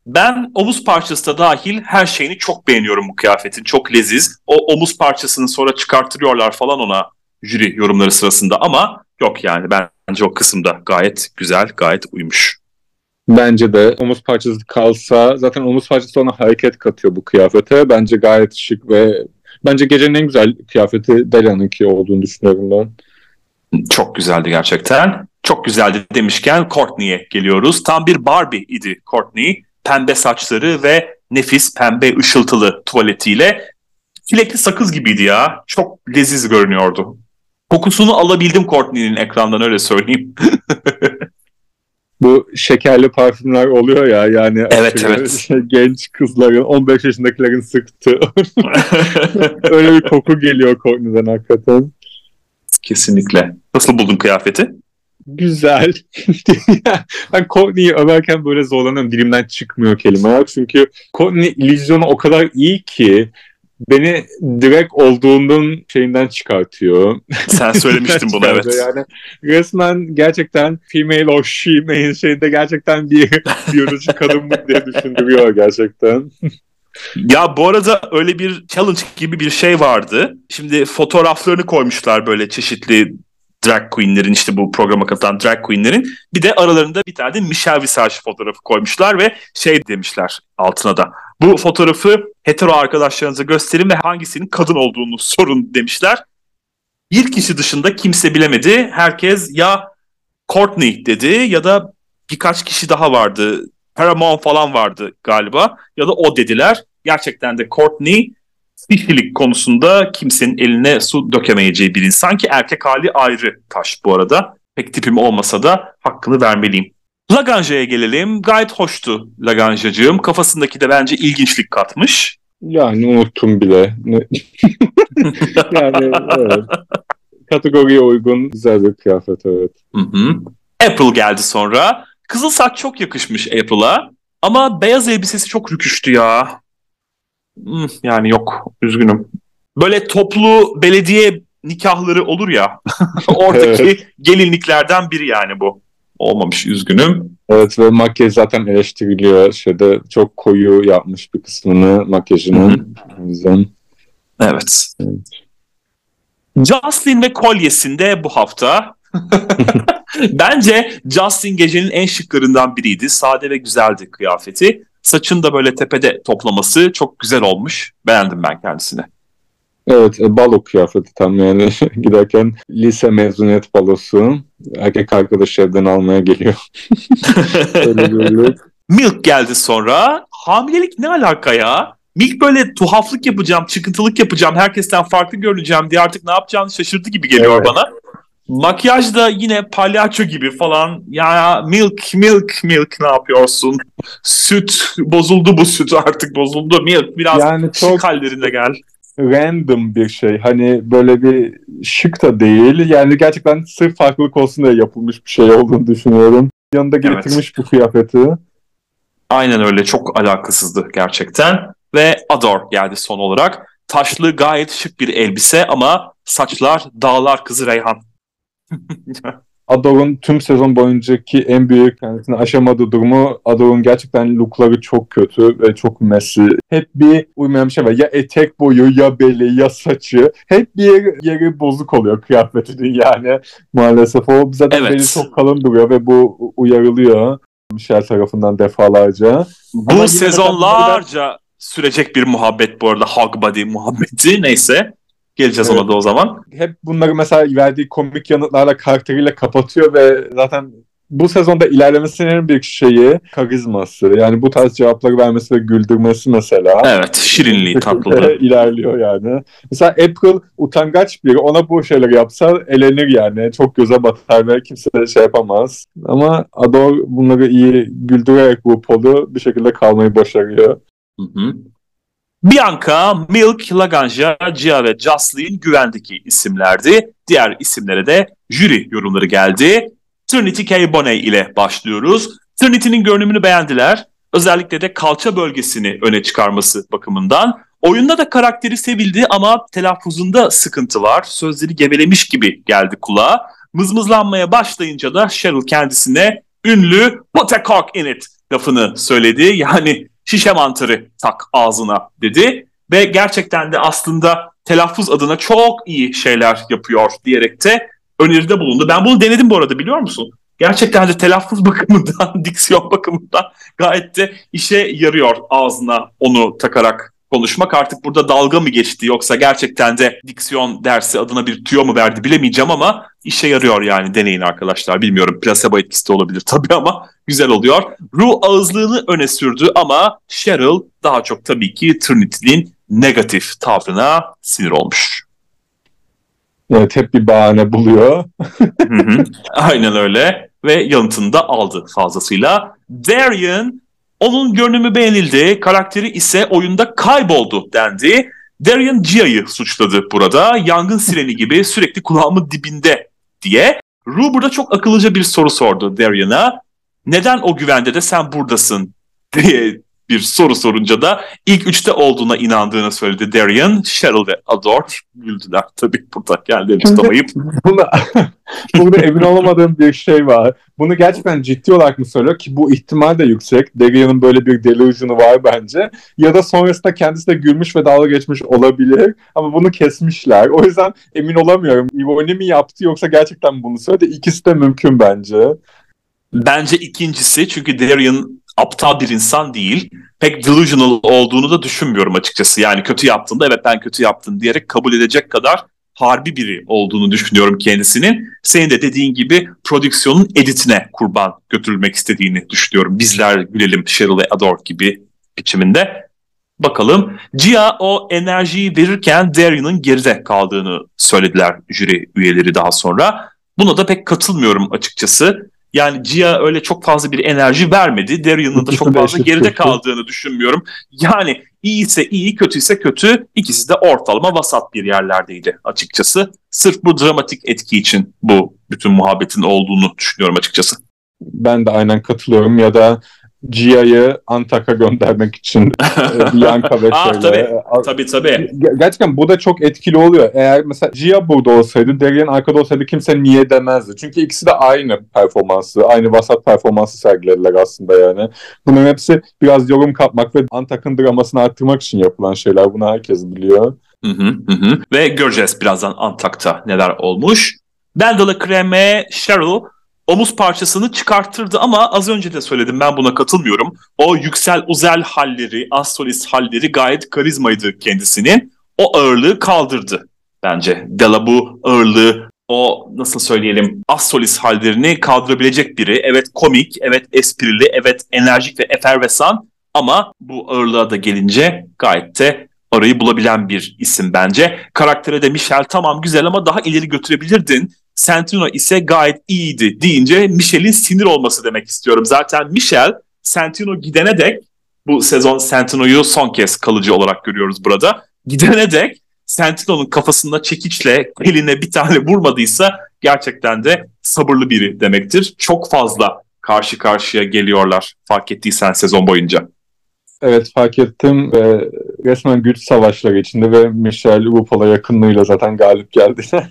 Ben omuz parçası da dahil her şeyini çok beğeniyorum bu kıyafetin. Çok leziz. O omuz parçasını sonra çıkarttırıyorlar falan ona jüri yorumları sırasında ama yok yani bence o kısımda gayet güzel, gayet uymuş. Bence de omuz parçası kalsa zaten omuz parçası ona hareket katıyor bu kıyafete. Bence gayet şık ve bence gecenin en güzel kıyafeti Dela'nınki olduğunu düşünüyorum ben. Çok güzeldi gerçekten. Çok güzeldi demişken Courtney'e geliyoruz. Tam bir Barbie idi Courtney. Pembe saçları ve nefis pembe ışıltılı tuvaletiyle çilekli sakız gibiydi ya. Çok leziz görünüyordu. Kokusunu alabildim Courtney'nin ekrandan öyle söyleyeyim. Bu şekerli parfümler oluyor ya yani evet evet. Genç kızların on beş yaşındakilerin sıktığı öyle bir koku geliyor Courtney'den hakikaten. Kesinlikle. Nasıl buldun kıyafeti? Güzel. Ben Courtney'i överken böyle zorlanıyorum. Dilimden çıkmıyor kelimeler. Çünkü Courtney illüzyonu o kadar iyi ki beni direkt olduğunun şeyinden çıkartıyor. Sen söylemiştin bunu evet. Yani resmen gerçekten female or she male şeyinde gerçekten bir biyolojik kadın mı diye düşündürüyor gerçekten. Ya bu arada öyle bir challenge gibi bir şey vardı. Şimdi fotoğraflarını koymuşlar böyle çeşitli drag queenlerin, işte bu programa katılan drag queenlerin. Bir de aralarında bir tane de Michelle Visage fotoğrafı koymuşlar ve şey demişler altına da. Bu fotoğrafı hetero arkadaşlarınıza gösterin ve hangisinin kadın olduğunu sorun demişler. Bir kişi dışında kimse bilemedi. Herkes ya Courtney dedi ya da birkaç kişi daha vardı. Paramount falan vardı galiba. Ya da o dediler. Gerçekten de Courtney kişilik konusunda kimsenin eline su dökemeyeceği bir insan ki erkek hali ayrı taş bu arada. Pek tipim olmasa da hakkını vermeliyim. Laganja'ya gelelim. Gayet hoştu Laganja'cığım. Kafasındaki de bence ilginçlik katmış. Yani unuttum bile. yani evet. Kategoriye uygun güzel bir kıyafet evet. Hı hı. April geldi sonra. Kızıl saç çok yakışmış April'a. Ama beyaz elbisesi çok rüküştü ya. Hmm, yani yok. Üzgünüm. Böyle toplu belediye nikahları olur ya. Oradaki evet. gelinliklerden biri yani bu. Olmamış, üzgünüm. Evet ve makyaj zaten eleştiriliyor. Şeyde çok koyu yapmış bir kısmını makyajının. O yüzden. Evet. evet. Jocelyn ve kolyesinde bu hafta. Bence Jocelyn gecenin en şıklarından biriydi. Sade ve güzeldi kıyafeti. Saçını da böyle tepede toplaması çok güzel olmuş. Beğendim ben kendisini. Evet, balo kıyafeti tam yani. Giderken lise mezuniyet balosu. Erkek arkadaş evden almaya geliyor. Öyle böyle. Milk geldi sonra. Hamilelik ne alaka ya? Milk böyle tuhaflık yapacağım, çıkıntılık yapacağım, herkesten farklı görüneceğim diye artık ne yapacağını şaşırdı gibi geliyor evet. bana. Makyaj da yine palyaço gibi falan. Ya Milk, Milk, Milk ne yapıyorsun? Süt, bozuldu bu süt artık bozuldu. Milk biraz yani şık çok hallerinde gel. Random bir şey. Hani böyle bir şık da değil. Yani gerçekten sırf farklılık olsun diye yapılmış bir şey olduğunu düşünüyorum. Yanında getirmiş evet. bu kıyafeti. Aynen öyle. Çok alakasızdı gerçekten. Ve Adore geldi son olarak. Taşlı gayet şık bir elbise ama saçlar dağlar kızı Reyhan. Adore'un tüm sezon boyuncaki en büyük kendisini aşamadığı durumu Adore'un gerçekten lookları çok kötü ve çok messy. Hep bir uymayan bir şey var. Ya etek boyu, ya beli, ya saçı. Hep bir yeri bozuk oluyor kıyafetinin yani maalesef. O zaten evet. beli çok kalın duruyor ve bu uyarılıyor Michelle tarafından defalarca. Bu Ama sezonlarca da... sürecek bir muhabbet bu arada. Hog body muhabbeti neyse. Geleceğiz evet. ona da o zaman. Hep bunları mesela verdiği komik yanıtlarla karakteriyle kapatıyor ve zaten bu sezonda ilerlemesinin bir şeyi karizması. Yani bu tarz cevapları vermesi ve güldürmesi mesela. Evet, şirinliği, tatlılığı. ilerliyor yani. Mesela April utangaç biri. Ona bu şeyleri yapsa elenir yani. Çok göze batar ve kimse de şey yapamaz. Ama Adore bunları iyi güldürerek bu polu bir şekilde kalmayı başarıyor. Hı hı. Bianca, Milk, Laganja, Gia ve Jocelyn güvendeki isimlerdi. Diğer isimlere de jüri yorumları geldi. Trinity K. Bonet ile başlıyoruz. Trinity'nin görünümünü beğendiler. Özellikle de kalça bölgesini öne çıkarması bakımından. Oyunda da karakteri sevildi ama telaffuzunda sıkıntı var. Sözleri gevelemiş gibi geldi kulağa. Mızmızlanmaya başlayınca da Cheryl kendisine ünlü "Put a cock in it" lafını söyledi. Yani şişe mantarı tak ağzına dedi. Ve gerçekten de aslında telaffuz adına çok iyi şeyler yapıyor diyerek de öneride bulundu. Ben bunu denedim bu arada, biliyor musun? Gerçekten de telaffuz bakımından, diksiyon bakımından gayet de işe yarıyor ağzına onu takarak konuşmak. Artık burada dalga mı geçti yoksa gerçekten de diksiyon dersi adına bir tüyo mu verdi bilemeyeceğim ama işe yarıyor yani, deneyin arkadaşlar. Bilmiyorum, plasebo etkisi de olabilir tabii ama güzel oluyor. Rue ağızlığını öne sürdü ama Cheryl daha çok tabii ki Trinity'nin negatif tavrına sinir olmuş. Evet, hep bir bahane buluyor. Hı hı. Aynen öyle ve yanıtını da aldı fazlasıyla. Darian, onun görünümü beğenildi, karakteri ise oyunda kayboldu dendi. Darian Gia'yı suçladı burada. Yangın sireni gibi sürekli kulağımın dibinde diye. Rue burada çok akıllıca bir soru sordu Darian'a. Neden o güvende de sen buradasın diye bir soru sorunca da ilk üçte olduğuna inandığını söyledi Darian. Cheryl ve Adore güldüler tabii burada, kendilerini tutamayıp. Buna, burada emin olamadığım bir şey var. Bunu gerçekten ciddi olarak mı söylüyor ki bu ihtimal de yüksek. Darian'ın böyle bir delusion'u var bence. Ya da sonrasında kendisi de gülmüş ve dalga geçmiş olabilir. Ama bunu kesmişler. O yüzden emin olamıyorum. İroni mi yaptı yoksa gerçekten bunu söyledi. İkisi de mümkün bence. Bence ikincisi, çünkü Darian aptal bir insan değil. Pek delusional olduğunu da düşünmüyorum açıkçası. Yani kötü yaptığında evet ben kötü yaptım diyerek kabul edecek kadar harbi biri olduğunu düşünüyorum kendisinin. Senin de dediğin gibi prodüksiyonun editine kurban götürülmek istediğini düşünüyorum. Bizler gülelim Cheryl ve Adore gibi biçiminde. Bakalım. Gia o enerjiyi verirken Darian'ın geride kaldığını söylediler jüri üyeleri daha sonra. Buna da pek katılmıyorum açıkçası. Yani Gia öyle çok fazla bir enerji vermedi. Darian'ın da çok fazla geride kaldığını düşünmüyorum. Yani iyiyse iyi, kötüyse kötü. İkisi de ortalama vasat bir yerlerdeydi açıkçası. Sırf bu dramatik etki için bu bütün muhabbetin olduğunu düşünüyorum açıkçası. Ben de aynen katılıyorum. Ya da Gia'yı Antak'a göndermek için Bianca ve ah, şöyle. Tabii tabii. tabii. Gerçekten bu da çok etkili oluyor. Eğer mesela Gia burada olsaydı, Darian arkada olsaydı kimse niye demezdi. Çünkü ikisi de aynı performansı, aynı vasat performansı sergilediler aslında yani. Bunların hepsi biraz yorum katmak ve Antak'ın dramasını arttırmak için yapılan şeyler. Bunu herkes biliyor. Hı hı hı. Ve göreceğiz birazdan Antak'ta neler olmuş. Bendela Kreme, Cheryl omuz parçasını çıkarttırdı ama az önce de söyledim, ben buna katılmıyorum. O yüksel uzel halleri, astrolist halleri gayet karizmaydı kendisinin. O ağırlığı kaldırdı bence. Della bu ağırlığı, o nasıl söyleyelim, astrolist hallerini kaldırabilecek biri. Evet komik, evet esprili, evet enerjik ve efervesan ama bu ağırlığa da gelince gayet de arayı bulabilen bir isim bence. Karaktere de Michelle tamam güzel ama daha ileri götürebilirdin. Santino ise gayet iyiydi deyince Michelle'in sinir olması demek istiyorum. Zaten Michelle Santino gidene dek, bu sezon Santino'yu son kez kalıcı olarak görüyoruz burada. Gidene dek Santino'nun kafasında çekiçle eline bir tane vurmadıysa gerçekten de sabırlı biri demektir. Çok fazla karşı karşıya geliyorlar fark ettiysen sezon boyunca. Evet, fark ettim. Ee, resmen güç savaşları içinde ve Michelle RuPaul'a yakınlığıyla zaten galip geldiler.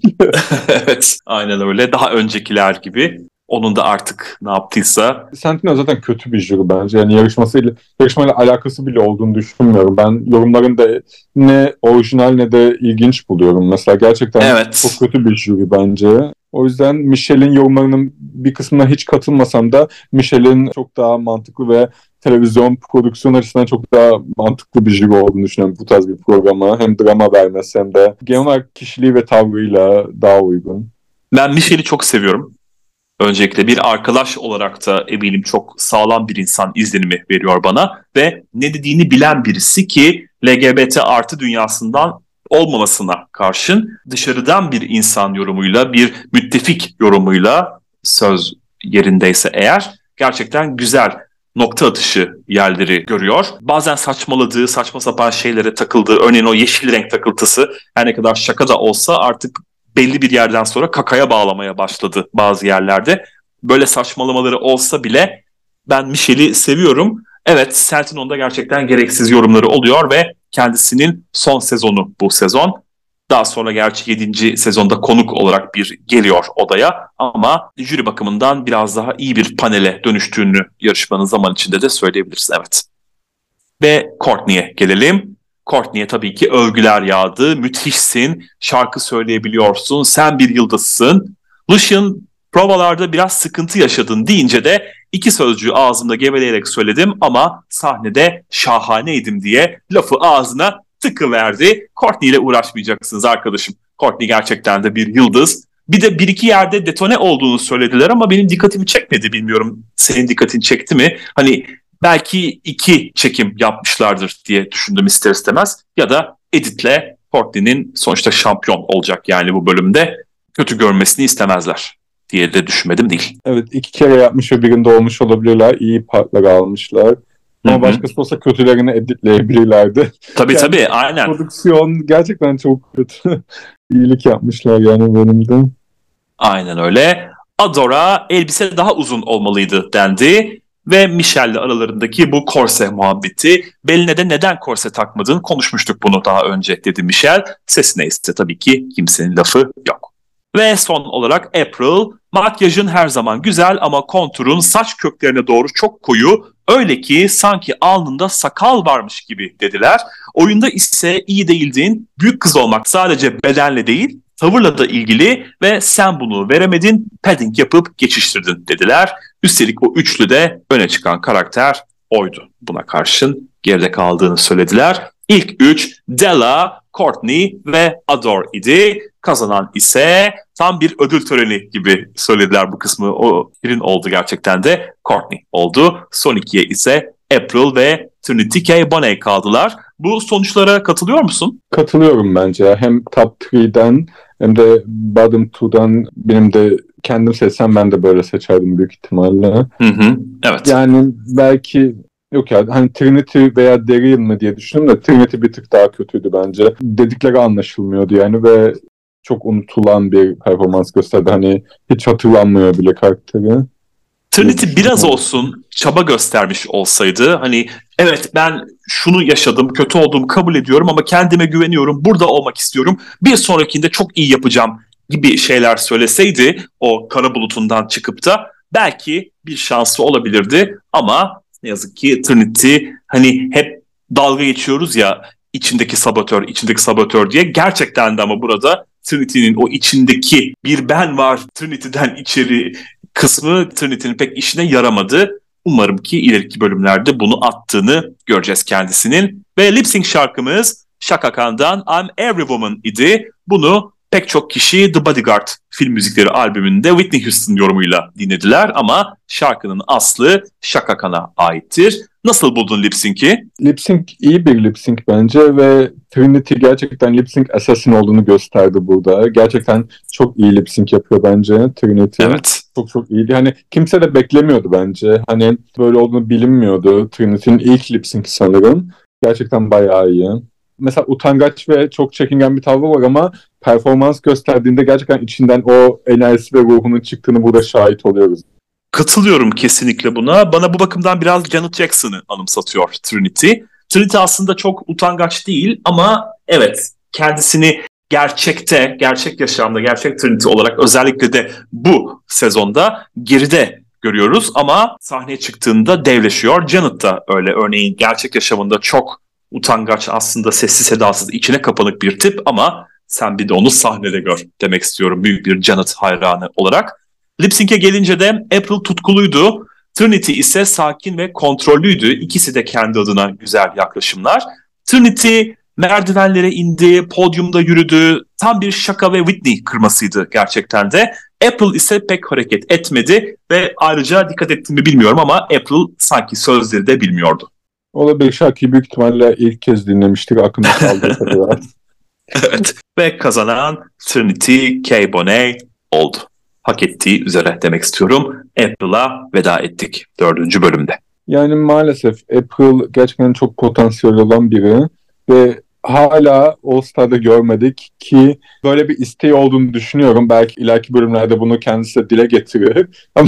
Evet, aynen öyle. Daha öncekiler gibi. Onun da artık ne yaptıysa. Santino zaten kötü bir jüri bence. Yani yarışmasıyla, yarışmayla alakası bile olduğunu düşünmüyorum. Ben yorumların da ne orijinal ne de ilginç buluyorum. Mesela gerçekten evet. çok kötü bir jüri bence. O yüzden Michelle'in yorumlarının bir kısmına hiç katılmasam da Michelle'in çok daha mantıklı ve televizyon prodüksiyon açısından çok daha mantıklı bir jüri olduğunu düşünüyorum bu tarz bir programa. Hem drama vermesi hem de genel olarak kişiliği ve tavrıyla daha uygun. Ben Michelle'i çok seviyorum. Öncelikle bir arkadaş olarak da eminim çok sağlam bir insan izlenimi veriyor bana. Ve ne dediğini bilen birisi ki L G B T artı dünyasından olmamasına karşın dışarıdan bir insan yorumuyla, bir müttefik yorumuyla, söz yerindeyse eğer, gerçekten güzel nokta atışı yerleri görüyor. Bazen saçmaladığı, saçma sapan şeylere takıldığı, örneğin o yeşil renk takıntısı her ne kadar şaka da olsa artık belli bir yerden sonra kakaya bağlamaya başladı bazı yerlerde. Böyle saçmalamaları olsa bile ben Michelle'i seviyorum. Evet, Santino'nun da gerçekten gereksiz yorumları oluyor ve kendisinin son sezonu bu sezon. Daha sonra gerçi yedinci sezonda konuk olarak bir geliyor odaya ama jüri bakımından biraz daha iyi bir panele dönüştüğünü yarışmanın zaman içinde de söyleyebiliriz. Evet. Ve Courtney'e gelelim. Courtney'e tabii ki övgüler yağdı. Müthişsin, şarkı söyleyebiliyorsun, sen bir yıldızsın. Lucian provalarda biraz sıkıntı yaşadın deyince de iki sözcüğü ağzımda geveleyerek söyledim ama sahnede şahaneydim diye lafı ağzına tıkıverdi. Courtney ile uğraşmayacaksınız arkadaşım. Courtney gerçekten de bir yıldız. Bir de bir iki yerde detone olduğunu söylediler ama benim dikkatimi çekmedi, bilmiyorum. Senin dikkatini çekti mi? Hani belki iki çekim yapmışlardır diye düşündüm ister istemez. Ya da editle Courtney'nin sonuçta şampiyon olacak yani bu bölümde kötü görmesini istemezler diye de düşünmedim değil. Evet, iki kere yapmış ve birinde olmuş olabilirler. İyi partlar almışlar. Ama Hı-hı. başkası olsa kötülerini editleyebilirlerdi. Tabii yani, tabii aynen. Prodüksiyon gerçekten çok kötü. İyilik yapmışlar yani bölümde. Aynen öyle. Adora elbise daha uzun olmalıydı dendi. Ve Michelle'le aralarındaki bu korse muhabbeti, beline de neden korse takmadığını konuşmuştuk bunu daha önce dedi Michelle. Sesine ise tabii ki kimsenin lafı yok. Ve son olarak April, makyajın her zaman güzel ama konturun saç köklerine doğru çok koyu, öyle ki sanki alnında sakal varmış gibi dediler. Oyunda ise iyi değildin, büyük kız olmak sadece bedenle değil, tavırla da ilgili ve sen bunu veremedin, padding yapıp geçiştirdin dediler. Üstelik o üçlü de öne çıkan karakter oydu. Buna karşın geride kaldığını söylediler. İlk üç Della, Courtney ve Adore idi. Kazanan ise tam bir ödül töreni gibi söylediler bu kısmı. O birin oldu gerçekten de Courtney oldu. Son ikiye ise April ve Trinity K. Bonet kaldılar. Bu sonuçlara katılıyor musun? Katılıyorum bence. Hem top üçten hem de bottom iki'den benim de kendim seçsem ben de böyle seçerdim büyük ihtimalle. Hı hı, evet. Yani belki yok ya hani Trinity veya Daryl mi diye düşündüm de Trinity bir tık daha kötüydü bence. Dedikleri anlaşılmıyordu yani ve çok unutulan bir performans gösterdi. Hani hiç hatırlanmıyor bile karakteri. Trinity biraz olsun çaba göstermiş olsaydı, hani evet ben şunu yaşadım, kötü olduğumu kabul ediyorum ama kendime güveniyorum, burada olmak istiyorum, bir sonrakinde çok iyi yapacağım gibi şeyler söyleseydi o kara bulutundan çıkıp da belki bir şansı olabilirdi ama ne yazık ki Trinity, hani hep dalga geçiyoruz ya içindeki sabotör, içindeki sabotör diye, gerçekten de ama burada Trinity'nin o içindeki bir ben var Trinity'den içeri kısmı Trinity'nin pek işine yaramadı. Umarım ki ileriki bölümlerde bunu attığını göreceğiz kendisinin. Ve lip sync şarkımız Chaka Khan'dan I'm Every Woman idi. Bunu pek çok kişi The Bodyguard film müzikleri albümünde Whitney Houston yorumuyla dinlediler ama şarkının aslı Chaka Khan'a aittir. Nasıl buldun lip sync'i? Lip sync iyi bir lip sync bence ve Trinity gerçekten lip sync assassin olduğunu gösterdi burada. Gerçekten çok iyi lip sync yapıyor bence Trinity. Evet. Çok çok iyiydi. Hani kimse de beklemiyordu bence. Hani böyle olduğunu bilinmiyordu. Trinity'nin ilk lip sync sanırım. Gerçekten bayağı iyi. Mesela utangaç ve çok çekingen bir tavrı var ama performans gösterdiğinde gerçekten içinden o enerjisi ve ruhunun çıktığını burada şahit oluyoruz. Katılıyorum kesinlikle buna. Bana bu bakımdan biraz Janet Jackson'ı anımsatıyor Trinity. Trinity aslında çok utangaç değil ama evet kendisini gerçekte, gerçek yaşamda, gerçek Trinity olarak özellikle de bu sezonda geride görüyoruz ama sahneye çıktığında devleşiyor. Janet da öyle. Örneğin gerçek yaşamında çok utangaç, aslında sessiz sedasız, içine kapanık bir tip ama sen bir de onu sahnede gör demek istiyorum büyük bir Janet hayranı olarak. Lip sync'e gelince de April tutkuluydu. Trinity ise sakin ve kontrollüydü. İkisi de kendi adına güzel yaklaşımlar. Trinity merdivenlere indi, podyumda yürüdü. Tam bir Chaka ve Whitney kırmasıydı gerçekten de. April ise pek hareket etmedi ve ayrıca dikkat ettiğimi bilmiyorum ama April sanki sözleri de bilmiyordu. Olabilir, şarkıyı büyük ihtimalle ilk kez dinlemiştik, aklımda kaldığı kadar. Evet, ve kazanan Trinity K. Bonet oldu. Hak ettiği üzere demek istiyorum. April'a veda ettik dördüncü bölümde. Yani maalesef April gerçekten çok potansiyel olan biri ve hala All Star'da görmedik ki böyle bir isteği olduğunu düşünüyorum. Belki ileriki bölümlerde bunu kendisi de dile getirir. Ama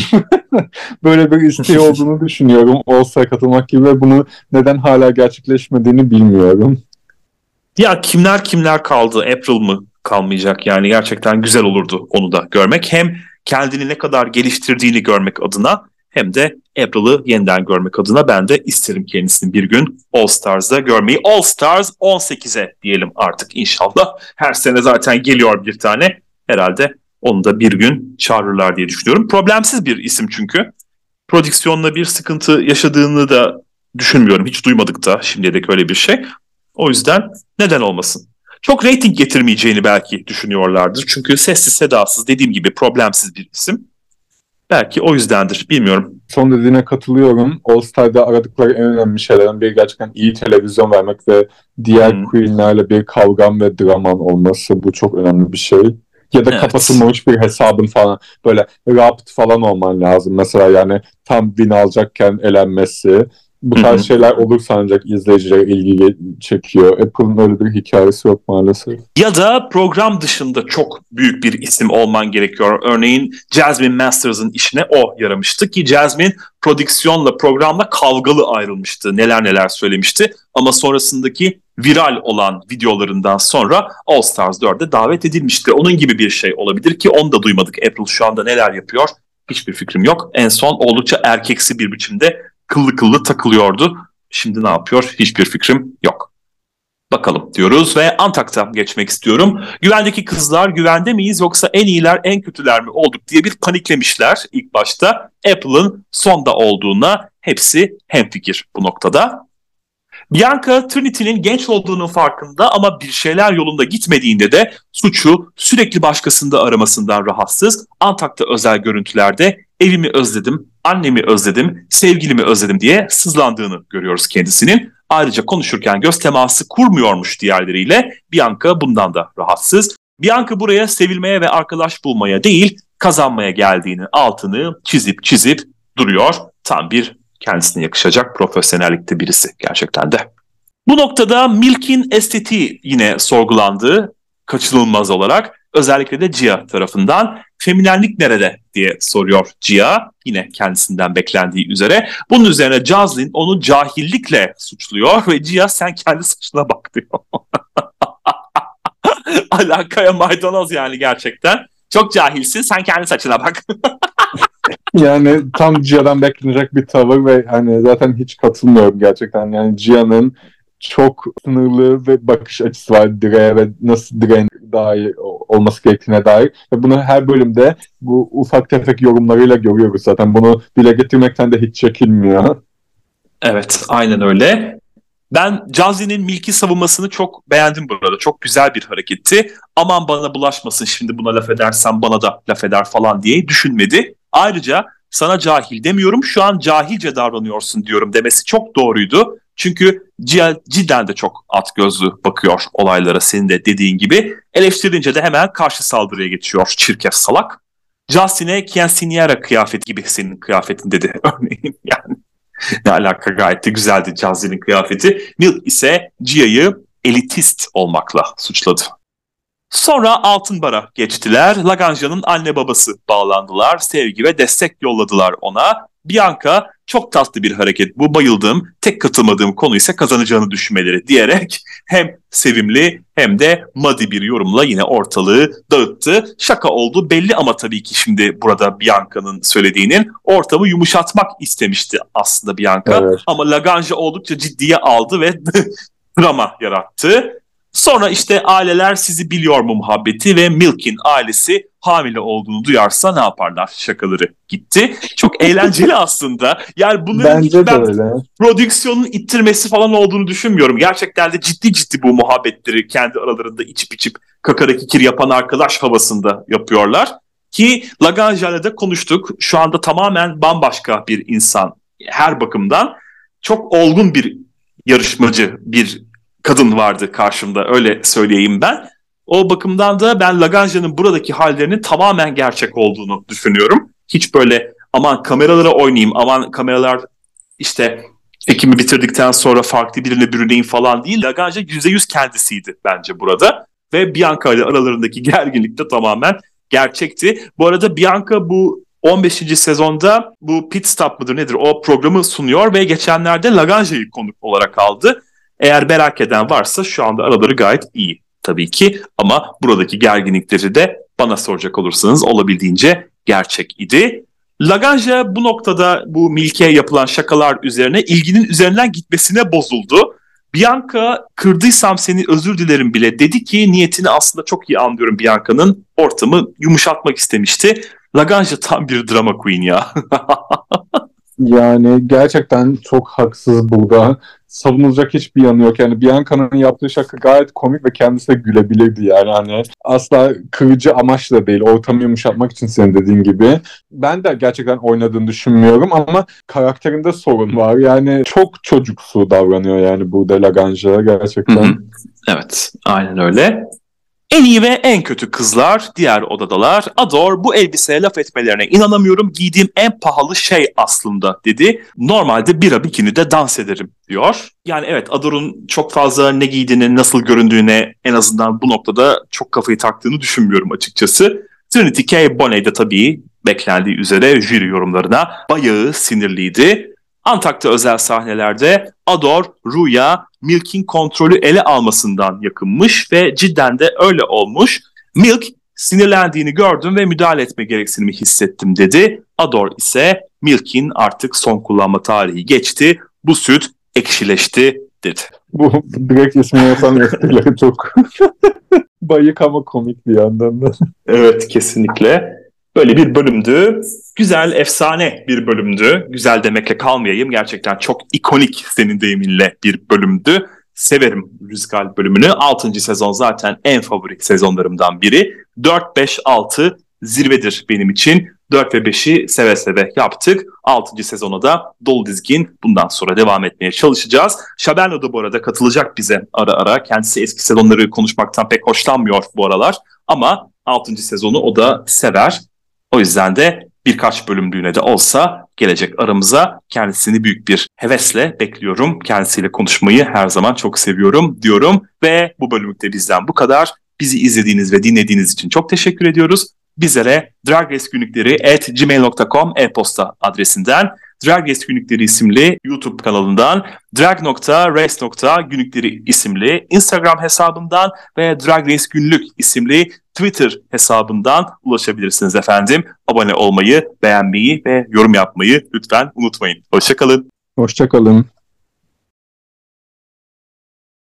böyle bir isteği olduğunu düşünüyorum All Star'a katılmak gibi ve bunu neden hala gerçekleşmediğini bilmiyorum. Ya kimler kimler kaldı? April mı kalmayacak. Yani gerçekten güzel olurdu onu da görmek. Hem kendini ne kadar geliştirdiğini görmek adına hem de April'ı yeniden görmek adına ben de isterim kendisini bir gün All Stars'da görmeyi. All Stars on sekize diyelim artık inşallah. Her sene zaten geliyor bir tane. Herhalde onu da bir gün çağırırlar diye düşünüyorum. Problemsiz bir isim çünkü. Prodüksiyonla bir sıkıntı yaşadığını da düşünmüyorum. Hiç duymadık da şimdiye dek öyle bir şey. O yüzden neden olmasın? Çok reyting getirmeyeceğini belki düşünüyorlardır. Çünkü sessiz sedasız, dediğim gibi problemsiz bir isim. Belki o yüzdendir, bilmiyorum. Son dediğine katılıyorum. All Star'da aradıkları en önemli şeylerden biri gerçekten iyi televizyon vermek ve diğer hmm. queenlerle bir kavgam ve draman olması. Bu çok önemli bir şey. Ya da evet. kapatılmamış bir hesabın falan böyle rapt falan olman lazım. Mesela yani tam win alacakken elenmesi. Bu tarz Hı-hı. şeyler olursa ancak izleyicilere ilgi çekiyor. Apple'ın öyle bir hikayesi yok maalesef. Ya da program dışında çok büyük bir isim olman gerekiyor. Örneğin Jasmine Masters'ın işine o yaramıştı ki Jasmine prodüksiyonla, programla kavgalı ayrılmıştı. Neler neler söylemişti. Ama sonrasındaki viral olan videolarından sonra All Stars dörde davet edilmişti. Onun gibi bir şey olabilir ki onu da duymadık. Apple şu anda neler yapıyor? Hiçbir fikrim yok. En son oldukça erkeksi bir biçimde kıllı kıllı takılıyordu. Şimdi ne yapıyor? Hiçbir fikrim yok. Bakalım diyoruz ve Antak'ta geçmek istiyorum. Güvendeki kızlar güvende miyiz yoksa en iyiler en kötüler mi olduk diye bir paniklemişler ilk başta. Apple'ın sonda olduğuna hepsi hemfikir bu noktada. Bianca Trinity'nin genç olduğunun farkında ama bir şeyler yolunda gitmediğinde de suçu sürekli başkasında aramasından rahatsız. Antak'ta özel görüntülerde evimi özledim, annemi özledim, sevgilimi özledim diye sızlandığını görüyoruz kendisinin. Ayrıca konuşurken göz teması kurmuyormuş diğerleriyle. Bianca bundan da rahatsız. Bianca buraya sevilmeye ve arkadaş bulmaya değil, kazanmaya geldiğinin altını çizip çizip duruyor. Tam bir kendisine yakışacak profesyonellikte birisi gerçekten de. Bu noktada Milk'in estetiği yine sorgulandı kaçınılmaz olarak. Özellikle de Gia tarafından. Feminenlik nerede diye soruyor Gia. Yine kendisinden beklendiği üzere. Bunun üzerine Jocelyn onu cahillikle suçluyor ve Gia sen kendi saçına bak diyor. Alakaya maydanoz yani gerçekten. Çok cahilsin, sen kendi saçına bak. Yani tam Gia'dan beklenecek bir tavır ve hani zaten hiç katılmıyorum gerçekten. Yani Gia'nın çok sınırlı ve bakış açısı var direğe ve nasıl direğin daha iyi olması gerektiğine dair. Ve bunu her bölümde bu ufak tefek yorumlarıyla görüyoruz zaten. Bunu dile getirmekten de hiç çekinmiyor. Evet, aynen öyle. Ben Jazzy'nin Milk'i savunmasını çok beğendim burada. Çok güzel bir hareketti. Aman bana bulaşmasın şimdi buna laf edersen bana da laf eder falan diye düşünmedi. Ayrıca sana cahil demiyorum, şu an cahilce davranıyorsun diyorum demesi çok doğruydu. Çünkü cidden de çok at gözlü bakıyor olaylara, senin de dediğin gibi. Eleştirince de hemen karşı saldırıya geçiyor çirkef salak. Justin'e Quinceañera kıyafeti gibi senin kıyafetin dedi örneğin yani. Ne alaka, gayet de güzeldi Jazzy'nin kıyafeti. Milk ise Gia'yı elitist olmakla suçladı. Sonra Altın Bar'a geçtiler. Laganja'nın anne babası bağlandılar. Sevgi ve destek yolladılar ona. Bianca çok tatlı bir hareket bu, bayıldığım, tek katılmadığım konu ise kazanacağını düşünmeleri diyerek hem sevimli hem de muddy bir yorumla yine ortalığı dağıttı. Şaka oldu belli ama tabii ki şimdi burada Bianca'nın söylediğinin ortamı yumuşatmak istemişti aslında Bianca. Evet. Ama Laganja oldukça ciddiye aldı ve drama yarattı. Sonra işte aileler sizi biliyor mu muhabbeti ve Milk'in ailesi hamile olduğunu duyarsa ne yaparlar şakaları gitti. Çok eğlenceli aslında. Yani bunların hiç ben prodüksiyonun ittirmesi falan olduğunu düşünmüyorum. Gerçekten de ciddi ciddi bu muhabbetleri kendi aralarında içip içip kakara kikir yapan arkadaş havasında yapıyorlar. Ki Laganja'yla da konuştuk. Şu anda tamamen bambaşka bir insan her bakımdan. Çok olgun bir yarışmacı, bir kadın vardı karşımda, öyle söyleyeyim ben. O bakımdan da ben Laganja'nın buradaki hallerinin tamamen gerçek olduğunu düşünüyorum. Hiç böyle aman kameralara oynayayım, aman kameralar işte çekimi bitirdikten sonra farklı birine bürüneyim falan değil. Laganja yüzde yüz kendisiydi bence burada. Ve Bianca ile aralarındaki gerginlik de tamamen gerçekti. Bu arada Bianca bu on beşinci sezonda bu Pit Stop mıdır nedir o programı sunuyor ve geçenlerde Laganja'yı konuk olarak aldı. Eğer merak eden varsa şu anda araları gayet iyi. tabii ki ama buradaki gerginlikleri de bana soracak olursanız olabildiğince gerçek idi. Laganja bu noktada bu Milk'e yapılan şakalar üzerine ilginin üzerinden gitmesine bozuldu. Bianca kırdıysam seni özür dilerim bile dedi ki niyetini aslında çok iyi anlıyorum Bianca'nın. Ortamı yumuşatmak istemişti. Laganja tam bir drama queen ya. Yani gerçekten çok haksız burada. Savunulacak hiçbir yanı yok. Yani Bianca'nın yaptığı şaka gayet komik ve kendisi de gülebilirdi yani. Hani asla kırıcı amaçla değil. Ortamı yumuşatmak için senin dediğin gibi. Ben de gerçekten oynadığını düşünmüyorum ama karakterinde sorun var. Yani çok çocuksu davranıyor yani burada Laganja gerçekten. Hı hı. Evet, aynen öyle. En iyi ve en kötü kızlar diğer odadalar. Ador bu elbiseye laf etmelerine inanamıyorum. Giydiğim en pahalı şey aslında dedi. Normalde bira bikinide dans ederim diyor. Yani evet Ador'un çok fazla ne giydiğine nasıl göründüğüne en azından bu noktada çok kafayı taktığını düşünmüyorum açıkçası. Trinity K. Bonet de tabii beklendiği üzere jüri yorumlarına bayağı sinirliydi. Antak'ta özel sahnelerde Ador, Ruya, Milk'in kontrolü ele almasından yakınmış ve cidden de öyle olmuş. Milk, sinirlendiğini gördüm ve müdahale etme gereksinimi hissettim dedi. Ador ise Milk'in artık son kullanma tarihi geçti, bu süt ekşileşti dedi. Bu direkt ismini yapan esprileri çok bayık ama komik bir yandan da. Evet, kesinlikle. Böyle bir bölümdü. Güzel, efsane bir bölümdü. Güzel demekle kalmayayım. Gerçekten çok ikonik senin deyiminle bir bölümdü. Severim müzikal bölümünü. altıncı sezon zaten en favori sezonlarımdan biri. dört, beş, altı zirvedir benim için. dört ve beşi seve seve yaptık. altıncı sezona da dolu dizgin bundan sonra devam etmeye çalışacağız. Şaberno da bu arada katılacak bize ara ara. Kendisi eski sezonları konuşmaktan pek hoşlanmıyor bu aralar. Ama altıncı sezonu o da sever. O yüzden de birkaç bölümlüğüne de olsa gelecek aramıza. Kendisini büyük bir hevesle bekliyorum. Kendisiyle konuşmayı her zaman çok seviyorum diyorum. Ve bu bölümlükte bizden bu kadar. Bizi izlediğiniz ve dinlediğiniz için çok teşekkür ediyoruz. Bizlere Drag Race Günlükleri at gmail nokta com e-posta adresinden, Drag Race Günlükleri isimli YouTube kanalından, drag nokta race nokta günlükleri isimli Instagram hesabından ve Drag Race Günlük isimli Twitter hesabından ulaşabilirsiniz efendim. Abone olmayı, beğenmeyi ve yorum yapmayı lütfen unutmayın. Hoşça kalın. Hoşça kalın.